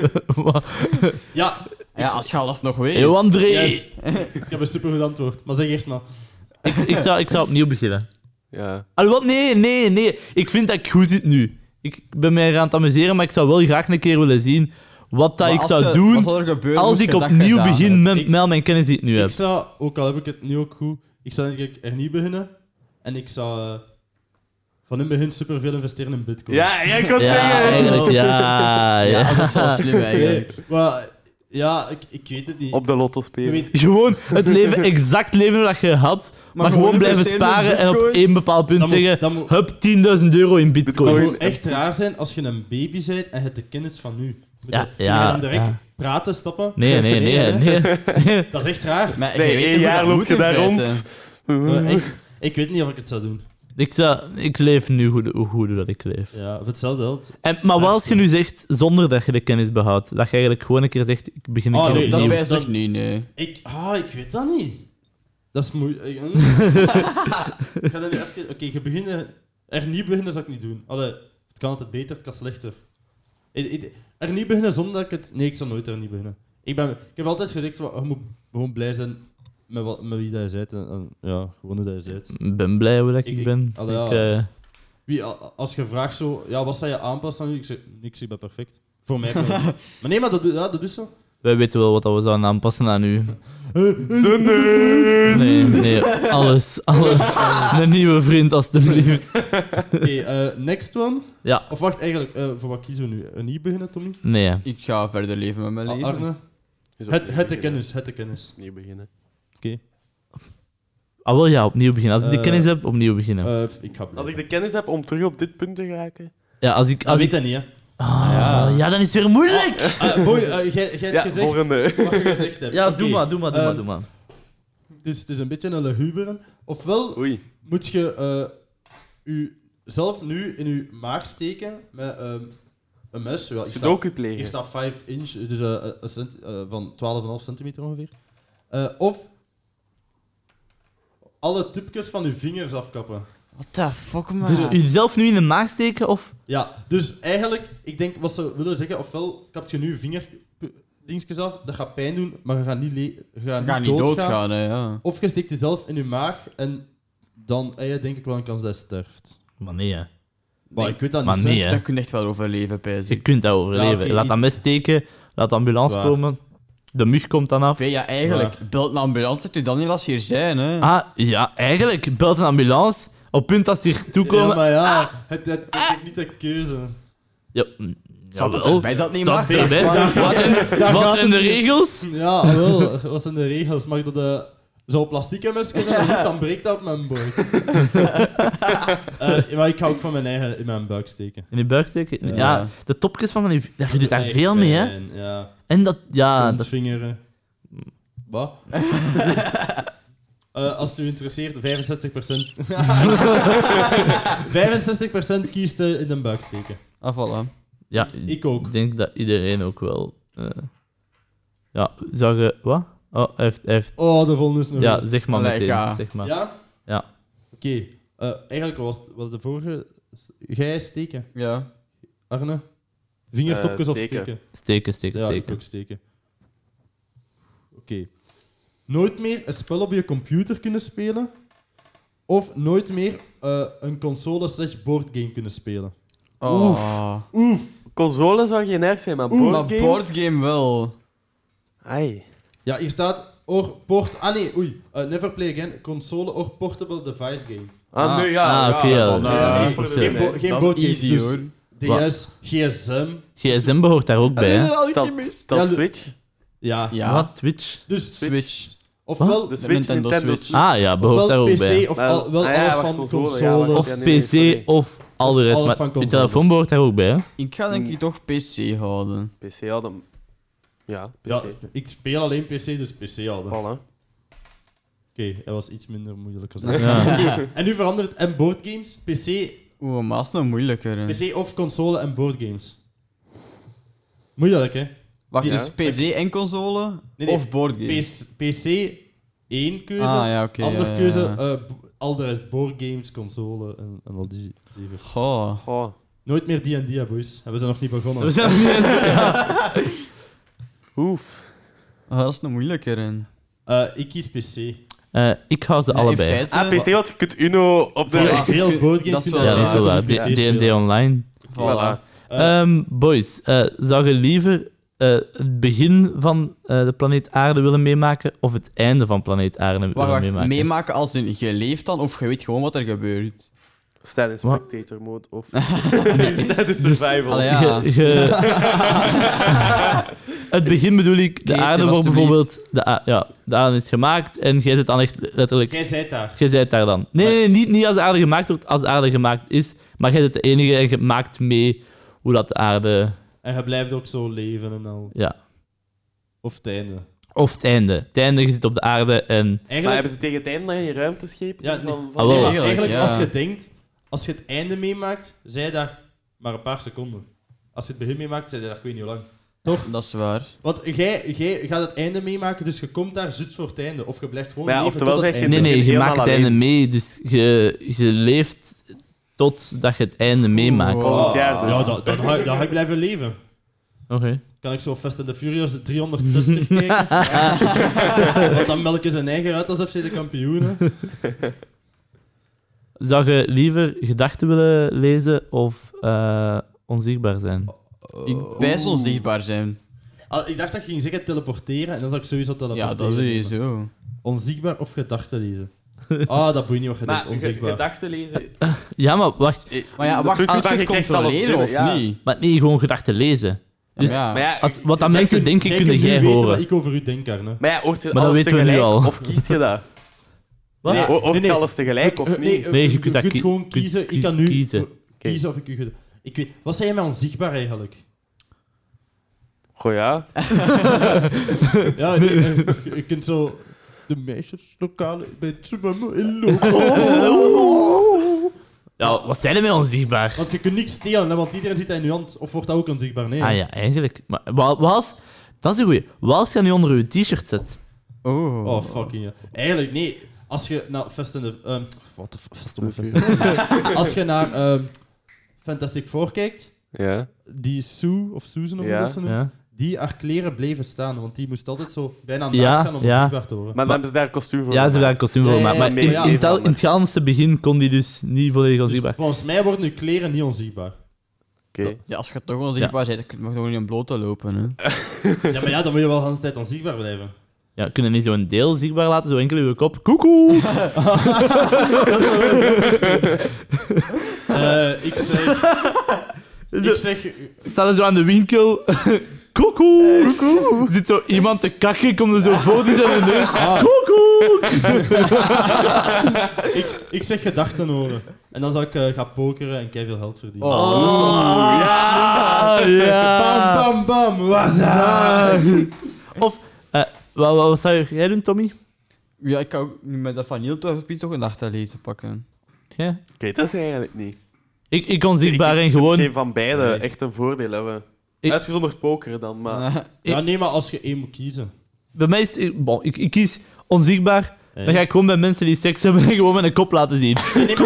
ja, Ja, als je alles nog weet. Yo, André! yes. Ik heb een supergoed antwoord. Maar zeg eerst maar. Ik zou opnieuw beginnen. Ja. Wat? Nee. Ik vind dat ik goed zit nu. Ik ben mij aan het amuseren, maar ik zou wel graag een keer willen zien wat dat Maar ik als zou je- doen wat zal er gebeuren als moest ik je dat opnieuw gedaan begin hebben? met al mijn kennis die ik nu Ik heb. zou, ook al heb ik het nu ook goed, ik zou denk ik er niet beginnen. En ik zou van in het begin superveel investeren in bitcoin. Ja, jij kon Ja, zeggen. eigenlijk, ja. Ja, dat is wel slim eigenlijk. Maar ja, ik weet het niet. Op de lotto Je spelen. weet, Gewoon het leven, exact leven dat je had, maar gewoon blijven investeren in sparen en op Bitcoin. één bepaald punt dat moet- zeggen, dat moet- hup, 10.000 euro in het bitcoin. moet echt raar zijn als je een baby bent en je hebt de kennis van nu. Ja, Kun je ja, dan direct ja. praten, stappen? Nee. Dat is echt raar. Maar Nee, je weet 1 hoe jaar dat loop moet je in daar feite. rond. Ik weet niet of ik het zou doen. Ik leef nu hoe dat ik leef. Ja, of hetzelfde geld. Maar wat als je nu zegt, zonder dat je de kennis behoudt, dat je eigenlijk gewoon een keer zegt, ik begin een Oh, keer nee, opnieuw. Dat Nee, wijst dat- ik niet, nee. Ik weet dat niet. Dat is moeilijk. Ik ga dat nu even... Oké, je begint... Er niet beginnen zou ik niet doen. Allee, het kan altijd beter, het kan slechter. Er niet beginnen zonder dat ik het... Nee, ik zal nooit er niet beginnen. Ik heb altijd gezegd, je moet gewoon blij zijn met wie dat je bent. En, ja, gewoon hoe dat je bent. Ik ben blij hoe dat ik Ik- ben. allee, Ik, ja. Als je vraagt zo... Ja, wat zou je aanpassen aan nu? Ik zeg, niks, ik ben perfect. Voor mij wel. Maar nee, maar dat is zo. wij weten wel wat dat we zouden aanpassen aan u. Nee, alles. Een nieuwe vriend, alstublieft. Oké, next one. Ja, Of wacht, eigenlijk, voor wat kiezen we nu? Een niet beginnen, Tommy? nee. Ik ga verder leven met mijn leven. Arne? Dus Het opnieuw de beginnen. kennis, het de kennis. Opnieuw beginnen. Wel ja, opnieuw beginnen. Als ik de kennis heb, opnieuw beginnen. Ik ga Als ik de kennis heb om terug op dit punt te geraken. Ja, als ik... weet dat niet, hè. Ja, dan is het weer moeilijk! Boy, jij hebt Ja, gezegd volgende. wat je gezegd hebt. Ja, Oké. doe maar. Dus het is een beetje een luhuberen. Ofwel Oei. moet je zelf nu in je maag steken met een mes. Ja, Sudoku hier plegen. staat 5 inch, dus van 12,5 centimeter ongeveer. Of alle tipjes van je vingers afkappen. What the fuck, man? Dus jezelf nu in de maag steken, of... Ja, dus eigenlijk, ik denk wat ze willen zeggen, ofwel kap je nu je vingerdingsjes af, dat gaat pijn doen, maar je gaat niet, je Je gaat niet doodgaan, hè, ja. Of je steekt jezelf in je maag en dan heb je denk ik wel een kans dat je sterft. Maar nee, hè. Maar Nee, ik weet dat maar niet. nee, hè. hè. Dat kun je echt wel overleven, pijs Je ik. kunt dat overleven. Ja, oké, Laat niet- dat mes steken, laat de ambulance Zwaar. komen, de mug komt dan af. Oké, ja, eigenlijk, belt een ambulance, dat u dan niet als je hier zijn, hè. Ah, ja, eigenlijk, belt een ambulance. Op het punt dat ze hier Ja, toekomen... maar ja, het is niet de keuze. Ja, Staat het jawel. erbij dat niet Staat mag? erbij. Wat zijn de regels? Ja, wel, wat zijn de regels? Mag dat zo plastic mesjes zijn, dan breekt dat op mijn boord. Maar ik ga ook van mijn eigen in mijn buik steken. In je buik steken? Ja, Ja. de topjes van je... Ja, je doet daar Echt veel mee, hè. pijn, Ja, En dat... Ja, dat... vingeren. Wat? Als het u interesseert, 65%. 65% kiest in de buik steken. Ah, voilà. Ja, Ik ook. ik denk dat iedereen ook wel... ja, zou je... Wat? Oh, hij heeft... Oh, de volgende is nog. Ja, zeg maar Allee, meteen. ga. Zeg maar. Ja? Ja. Oké. Eigenlijk was de vorige... Jij steken, Ja. Arne? Vingertopjes of Steken. steken? Steken. Ja, ik ook steken. Oké. Nooit meer een spel op je computer kunnen spelen. Of nooit meer een console/boardgame kunnen spelen. Oh. Oef. Console zou geen erg zijn, maar Maar boardgames... boardgame wel. Ai. Ja, hier staat... never play again. Console or portable device game. Ah, nee, ja. Ah, oké, ja. dan, Ja, ja, geen voor de- Geen, verschil. geen Dat boardgames, is easy, dus hoor. DS, GSM. GSM behoort daar ook bij, hè. al Dat- gemist. Dat Ja, Switch? Ja. Ja. Wat? Twitch? Dus Switch. ofwel, De Switch, Nintendo Nintendo Switch. Ah ja, behoort daar ofwel ook bij. PC of Wel, wel ah ja, alles wacht, van console, ja, consoles. wacht, Of ja, nee, sorry. PC of al de rest. alles Maar van je consoles. telefoon behoort daar ook bij, hè. Ik ga denk ik toch PC houden. PC hadden... Ja, PC. Ja, ik speel alleen PC, dus PC hadden. Oké, Voilà. hij was iets minder moeilijk als dat. Ja. Oké, en nu verandert het. En boardgames, PC, Oeh, maar is nog moeilijker. Hè. PC of console en boardgames. Moeilijk, hè? Wacht, Ja. dus PC en console Nee, of boardgames? PC 1 keuze, Ah, ja, oké. andere ja, keuze, ja. al de rest boardgames, console en al die dingen. Goh. Oh. Nooit meer D&D, hè, boys. Hebben ze nog niet begonnen. We zijn nog niet eens... Ja. Oef. Ah, dat is een moeilijker. En... Ik kies PC. Ik hou ze Ja, in allebei. feite- PC, want je kunt Uno op de... Ja. Veel boardgames dat is kunnen wel- Ja, dat is wel waar. PC D&D Online. Voilà. Boys, zou je liever het begin van de planeet Aarde willen meemaken of het einde van planeet Aarde willen Wacht, meemaken? meemaken als in je leeft dan of je weet gewoon wat er gebeurt? Staan in Wat? spectator mode of... Nee, Dat is survival. Allee, ja. Het begin bedoel ik, de Keten, aarde wordt alstublieft. bijvoorbeeld... De aarde is gemaakt en jij zit dan echt letterlijk... Jij zijt daar. Jij zit daar dan. Nee, niet als de aarde gemaakt wordt, als de aarde gemaakt is. Maar jij bent de enige en je maakt mee hoe dat de aarde... En je blijft ook zo leven en al. Ja. Of het einde. Of het einde. Het einde, je zit op de aarde en... Maar Eigenlijk, hebben ze tegen het einde dan geen ruimteschepen? Ja, nee. van Ah, wel. nee, Eigenlijk, eigenlijk ja. als je denkt, als je het einde meemaakt, zij daar maar een paar seconden. Als je het begin meemaakt, zij daar ik weet niet hoe lang. Dat is waar. Want jij gaat het einde meemaken, dus je komt daar juist voor het einde. Of je blijft gewoon Maar ja, leven oftewel tot het zeg je- einde. Nee, begint je helemaal maakt het einde alleen. mee. Dus je leeft totdat je het einde meemaakt. Wow. het jaar dus. Ja, dan ga ik blijven leven. Oké. Kan ik zo Fast and the Furious 360 kijken? Want dan melken ze hun eigen uit alsof ze de kampioenen. Zou je liever gedachten willen lezen of onzichtbaar zijn? Ik wijs onzichtbaar zijn. Ik dacht dat je ging zeggen teleporteren en dan zou ik sowieso teleporteren. Ja, dat sowieso. Onzichtbaar of gedachten lezen? Ah, dat boeit niet wat je denkt, Maar onzichtbaar. gedachten lezen... Ja, maar wacht. Maar ja, De wacht, functie als je van het je krijgt alles controleren of binnen, ja. niet? Maar nee, gewoon gedachten lezen. Dus Ja. Maar ja, wat aan mensen denken, Jij kun kunt nu jij weten horen. wat ik over u denk, Arne. maar ja, hoort je Maar dat alles weten we nu tegelijk al. of kies je dat? Wat? Nee, hoort je nee. alles tegelijk of niet? Nee, je kunt dat gewoon ki- kiezen. ki- Ik kan nu kiezen. kiezen of ik u... Ik weet... Wat zei je met onzichtbaar eigenlijk? Goh ja. Ja, nee, je kunt zo... De meisjeslokalen bij het zwemmen inlopen. Ja, wat zijn er met onzichtbaar? Want je kunt niks stelen, hè, want iedereen zit in je hand. Of wordt dat ook onzichtbaar? Nee. Ah ja, eigenlijk. Maar wat als... Dat is een goeie. Wat als je nu onder je t-shirt zet? Oh. Oh, fucking ja. Eigenlijk, nee. Als je naar Fast and the... Wat de stomme Fast and the... Als je naar Fantastic Four kijkt, Ja. die Sue, of Susan, of hoe Ja. dat ze noemt, Ja. die haar kleren bleven staan, want die moest altijd zo bijna Ja, naakt gaan om ja. onzichtbaar te worden. Maar dan hebben ze daar een kostuum voor Ja, ze hebben daar een gemaakt. kostuum voor Ja, gemaakt. ja, Maar ja, in, ja, in, ja. tel- in het ganse begin kon die dus niet volledig Dus onzichtbaar. volgens mij worden nu kleren niet onzichtbaar. Oké. Ja, als je toch onzichtbaar bent, dan kun je nog niet in blote lopen. Hè. Ja, maar ja, dan moet je wel de hele tijd onzichtbaar blijven. Ja, kunnen niet zo'n deel zichtbaar laten, zo enkel uw kop. Koekoe! Ik zeg... Staan er zo aan de winkel. Koekoe! Zit zo iemand te kakken, komt er zo voor in zijn neus. Koekoe! Ik zeg gedachten horen. En dan zou ik gaan pokeren en keiveel geld verdienen. Oh, ja! Ja! Bam, bam, bam! Waza! Of, wat zou jij doen, Tommy? Ja, ik kan ook met dat van Niel toch een dag te lezen pakken. Ja. Oké, dat is eigenlijk niet. Ik onzichtbaar en Ik gewoon... geen van beide Nee. echt een voordeel hebben. Ik- Uitgezonderd pokeren dan, maar... Ja, nee, maar als je één moet kiezen. Bij mij is het... Bon, ik kies onzichtbaar. Dan ga ik gewoon bij mensen die seks hebben en gewoon met een kop laten zien.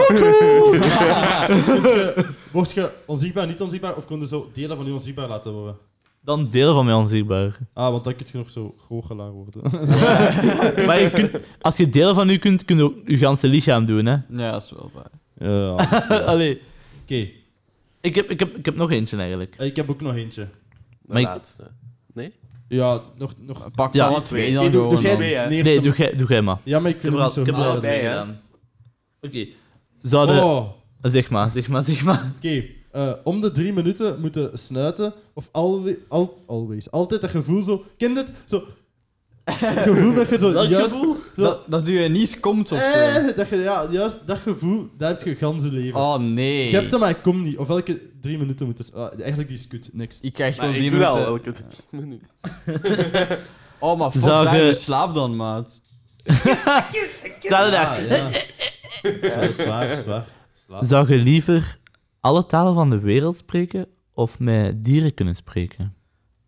Word je onzichtbaar, niet onzichtbaar, of kon je zo delen van je onzichtbaar laten worden? Dan deel van mij onzichtbaar. Ah, want dan kun je nog zo goochelaar worden. Maar je kunt, als je deel van u kunt, kun je ook je ganse lichaam doen, hè. Ja, dat is wel waar. Ja, Allee. Oké, Ik heb nog eentje, eigenlijk. ik heb ook nog eentje. De Maar ik- laatste. Nee? Ja, nog... Pak Ja, alle twee dan Nee, doe gewoon. jij Twee, hè? de eerste. Nee, doe jij maar. Ja, maar ik Ik vind heb er het al, niet ik zo heb er al goed. allebei, twee hè? gedaan. Oké. Zouden... Oh, Zeg maar. oké. Om de 3 minuten moeten snuiten, of always. Altijd dat gevoel zo... Ken je het? Zo... Het gevoel dat je zo... Welk juist, gevoel? Zo, Dat je niet komt of zo. dat je, ja, juist dat gevoel, dat heb je ganse leven. Oh nee. Je hebt hem, maar ik kom niet. Of elke 3 minuten moeten... eigenlijk die is kut. Next. Ik krijg Maar gewoon ik die doe wel minuten. elke minuut. Oh, maar fuck Zou daar, je- je slaap dan, maat. Stel je daar. Ja. Zwaar. Slaap. Zou je liever alle talen van de wereld spreken of met dieren kunnen spreken?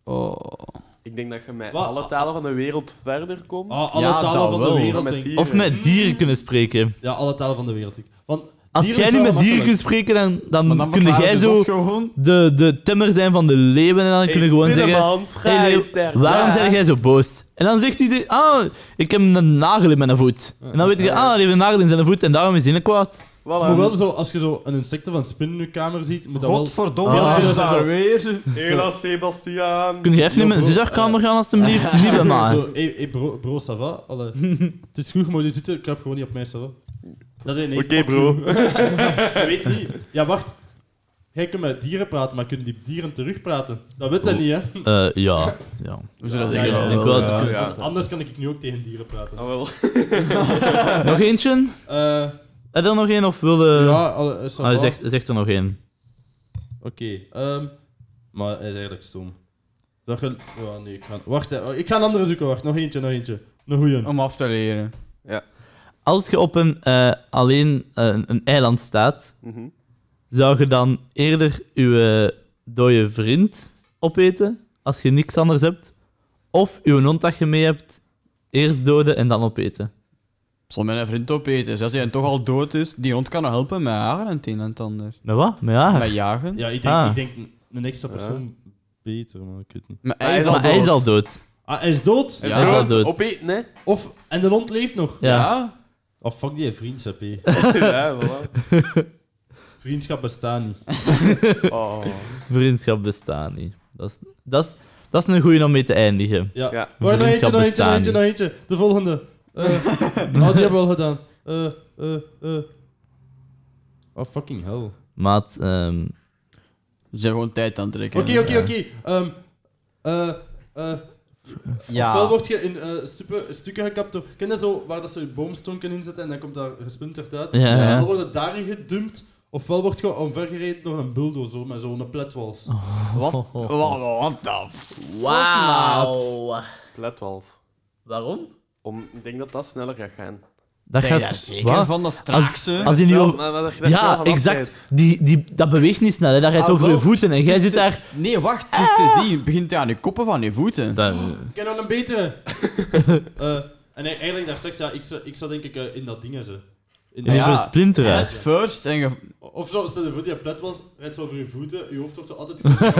Oh. Ik denk dat je met Wat? alle talen van de wereld verder komt. Alle Ja, talen dat van wel. de wereld, Met denk ik. dieren. Of met dieren kunnen spreken. Ja, alle talen van de wereld. Want Als dieren jij is niet wel met dieren kunt makkelijk. spreken, dan Maar dan kun verklaren jij ze zo dat gewoon. de timmer zijn van de leeuwen en dan kun je gewoon zeggen... Hey, leeuw, waarom ben jij zo boos? En dan zegt hij, ik heb een nagel in mijn voet. En dan weet je, hij heeft een nagel in zijn voet en daarom is hij kwaad. Het moet wel zo, als je zo een insecten van spinnen in je kamer ziet, moet dat wel... Godverdomme, Ah. het is daar weer. Hela Sebastiaan. Kun je even in mijn zusterkamer gaan, alstublieft? Niet bij mij. Zo, hey, bro, ça va? Allee. Het is goed, je moet hier zitten, ik heb gewoon niet op mij, ça va? Dat is nee, Oké, fuck bro. you. Ik weet niet. Ja, wacht. Jij kunt met dieren praten, maar kunnen die dieren terugpraten? Dat weet hij niet, hè? Ja. We zullen Ja, zeggen ja, dat ik wel. wel. Ja. Want anders kan ik nu ook tegen dieren praten. Ah, wel. Nog eentje? Heb je er nog één of wil je... Ja, allee, ça va. Zegt er nog één. Oké, maar hij is eigenlijk stom. Dat je... Ja, nee, wacht, hè. Ik ga een andere zoeken, wacht. Nog eentje. Een goeie. Om af te leren. Als je op alleen een eiland staat, Mhm. zou je dan eerder je dode vriend opeten, als je niks anders hebt? Of je hond dat je mee hebt, eerst doden en dan opeten? Zal mijn vriend opeten. Dus als hij toch al dood is, die hond kan nog helpen met jagen en het een en het ander. Met wat? Met haar? Met jagen? Ja, ik denk een extra persoon beter, maar ik weet niet. Maar hij hij is is al Maar hij is dood. al dood. Ah, hij is dood? Hij Ja. Hij is al dood. Opeten, hè? En de hond leeft nog? Ja. Oh, fuck die vriendschap, hé. Ja, voilà. Vriendschap bestaat niet. Oh. Vriendschap bestaat niet. Dat is een goeie om mee te eindigen. Ja. Ja. Wacht, Vriendschap nog bestaat eentje. De volgende. Oh, die hebben we al gedaan. Oh, fucking hell. Maat, Ze zijn gewoon tijd aan het trekken. Oké. Ja. Ofwel word je in stukken gekapt door... Ken je zo, waar dat ze boomstonken in zetten en dan komt daar gesplinterd uit? Ja. Dan wordt het daarin gedumpt. Ofwel word je omvergereden door een bulldozer met zo'n pletwals. Wat? Wat de Wauw. Pletwals. Waarom? Ik denk dat dat sneller gaat gaan. Dat Ben je gaat daar zeker wat? van? Dat straakse. Als die nu Stel, op... maar dat je daar snel Ja, van exact. afrijdt. Dat beweegt niet snel, hè. Dat gaat Ah, over wel. je voeten en jij Het is zit daar... Nee, wacht. Het is te zien. Het begint aan de koppen van je voeten. Dat- Ik ken nog een betere. En eigenlijk daar straks, ja, ik zou denk ik in dat ding zo. In En Ja. over een splinter Head uit. first en Of zo, stel je voor die plet was, rijdt zo over je voeten, je hoofd wordt zo altijd...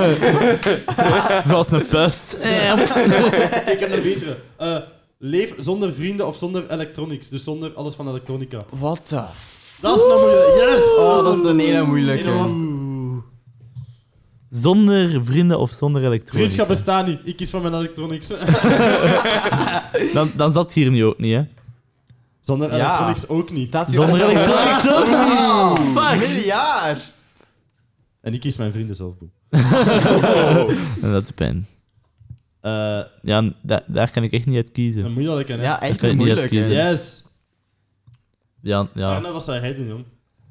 Zoals een pust. Ik heb een betere. Leef zonder vrienden of zonder electronics, dus zonder alles van elektronica. What the Dat is nou moeilijk. Yes! Oh, dat is een hele moeilijke. Zonder vrienden of zonder elektronica. Vriendschap bestaat niet, ik kies van mijn electronics. Dan zat het hier nu ook niet, hè. Zonder Ja. electronics ook niet. Dat Zonder elektronica ook niet. Fuck. Miljard! En ik kies mijn vrienden zelf, boe. En dat is pijn. Ja, daar kan ik echt niet uit Dat kiezen. moet je al kennen. Ja, echt kan je een niet moeilijke. uitkiezen. Yes! Ja. Arne, wat zou hij doen, jong?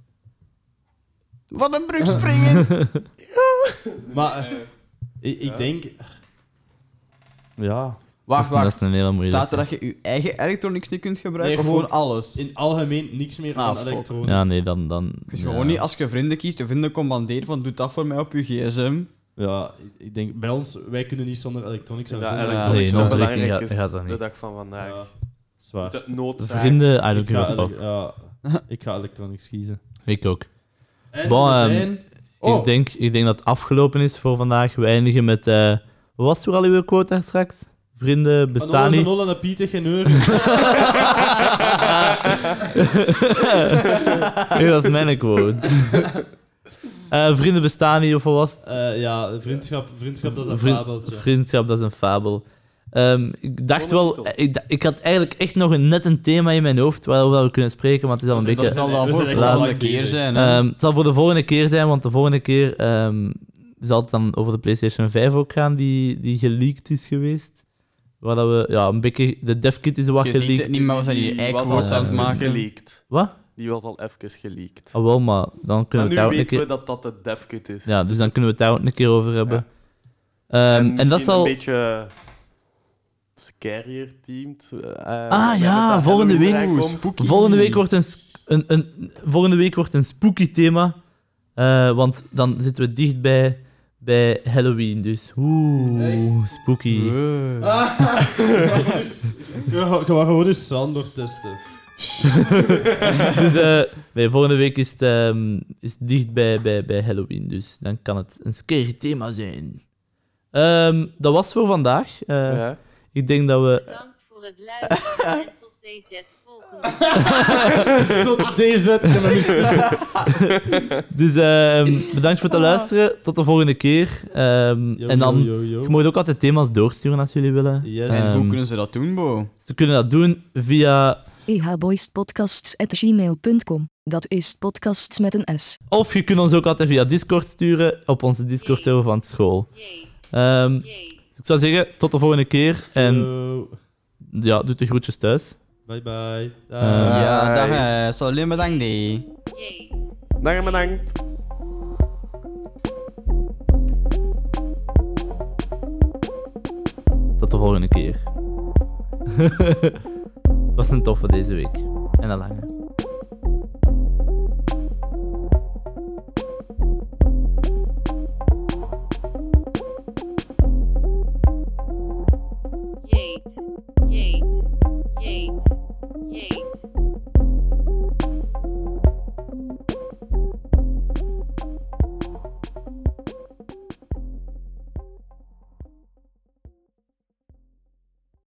Wat een brug springen! Maar ik denk... Ja... Wacht, Dat wacht. is een hele moeilijke. Staat er dat je je eigen electronics niet kunt gebruiken? Nee, of gewoon gewoon alles? In algemeen niks meer Ah, van fuck. elektronica. Ja, nee, dan... Dus ja. gewoon niet als je vrienden kiest, de vrienden commanderen van doe dat voor mij op je gsm. Ja, ik denk bij ons, wij kunnen niet zonder elektronics. Ja, zonder elektronisch nee, is in zo onze richting belangrijk gaat is dat de niet. dag van vandaag. Ja, zwaar. De noodzaak. Vrienden, I don't Ik give ga, a fuck. ik ga elektronics kiezen. Ik ook. En Bon, we zijn... Oh, Ik denk dat het afgelopen is voor vandaag. We eindigen met... wat was er al uw quote daar straks? Vrienden bestaan een niet. nul en een Pieter geen euro. Nee, dat is mijn quote. Vrienden bestaan niet, of wat was het? Ja, vriendschap dat is een Vriend- fabeltje. Vriendschap, dat is een fabel. Ik dacht Schone wel... titel. Ik had eigenlijk echt nog net een thema in mijn hoofd waarover we kunnen spreken, maar het is al een Dat beetje... Dat zal dan we voor zijn de echt al volgende lang keer bezig. zijn. Hè? Het zal voor de volgende keer zijn, want de volgende keer zal het dan over de PlayStation 5 ook gaan, die geleakt is geweest. Waar dat we... Ja, een beetje... De devkit is wat Je ziet geleakt. het niet, maar we zijn die was al eikwoords aan het even maken. geleakt. Wat? Die was al even geleakt. Ah, wel, maar dan Maar kunnen we nu het daar ook een weten keer... we dat dat de devkit is. Ja, dus dan kunnen we het daar ook een keer over hebben. En En dat misschien zal... een beetje scarier-teamed. ja, volgende week. Spooky. Volgende week wordt volgende week wordt een spooky thema. Want dan zitten we dicht bij bij Halloween. Dus spooky. Ik ga gewoon eens Sander testen. Dus volgende week is het dicht bij Halloween. Dus dan kan het een scary thema zijn. Dat was voor vandaag. Ja. Ik denk dat we... Bedankt voor het luisteren en tot DZ volgende. Tot deze Dus bedankt voor het luisteren. Tot de volgende keer. En dan... Je mag ook altijd thema's doorsturen als jullie willen. Yes. En hoe kunnen ze dat doen, Bo? Ze kunnen dat doen via... ehboyspodcasts@gmail.com. Dat is podcasts met een S. Of je kunt ons ook altijd via Discord sturen op onze Discord-server van school. Ik zou zeggen, tot de volgende keer. En ja, doe de groetjes thuis. Bye bye. Ja, dag. Salim bedankt. Dag, bedankt. Tot de volgende keer. Het was een toffe deze week. En een lange.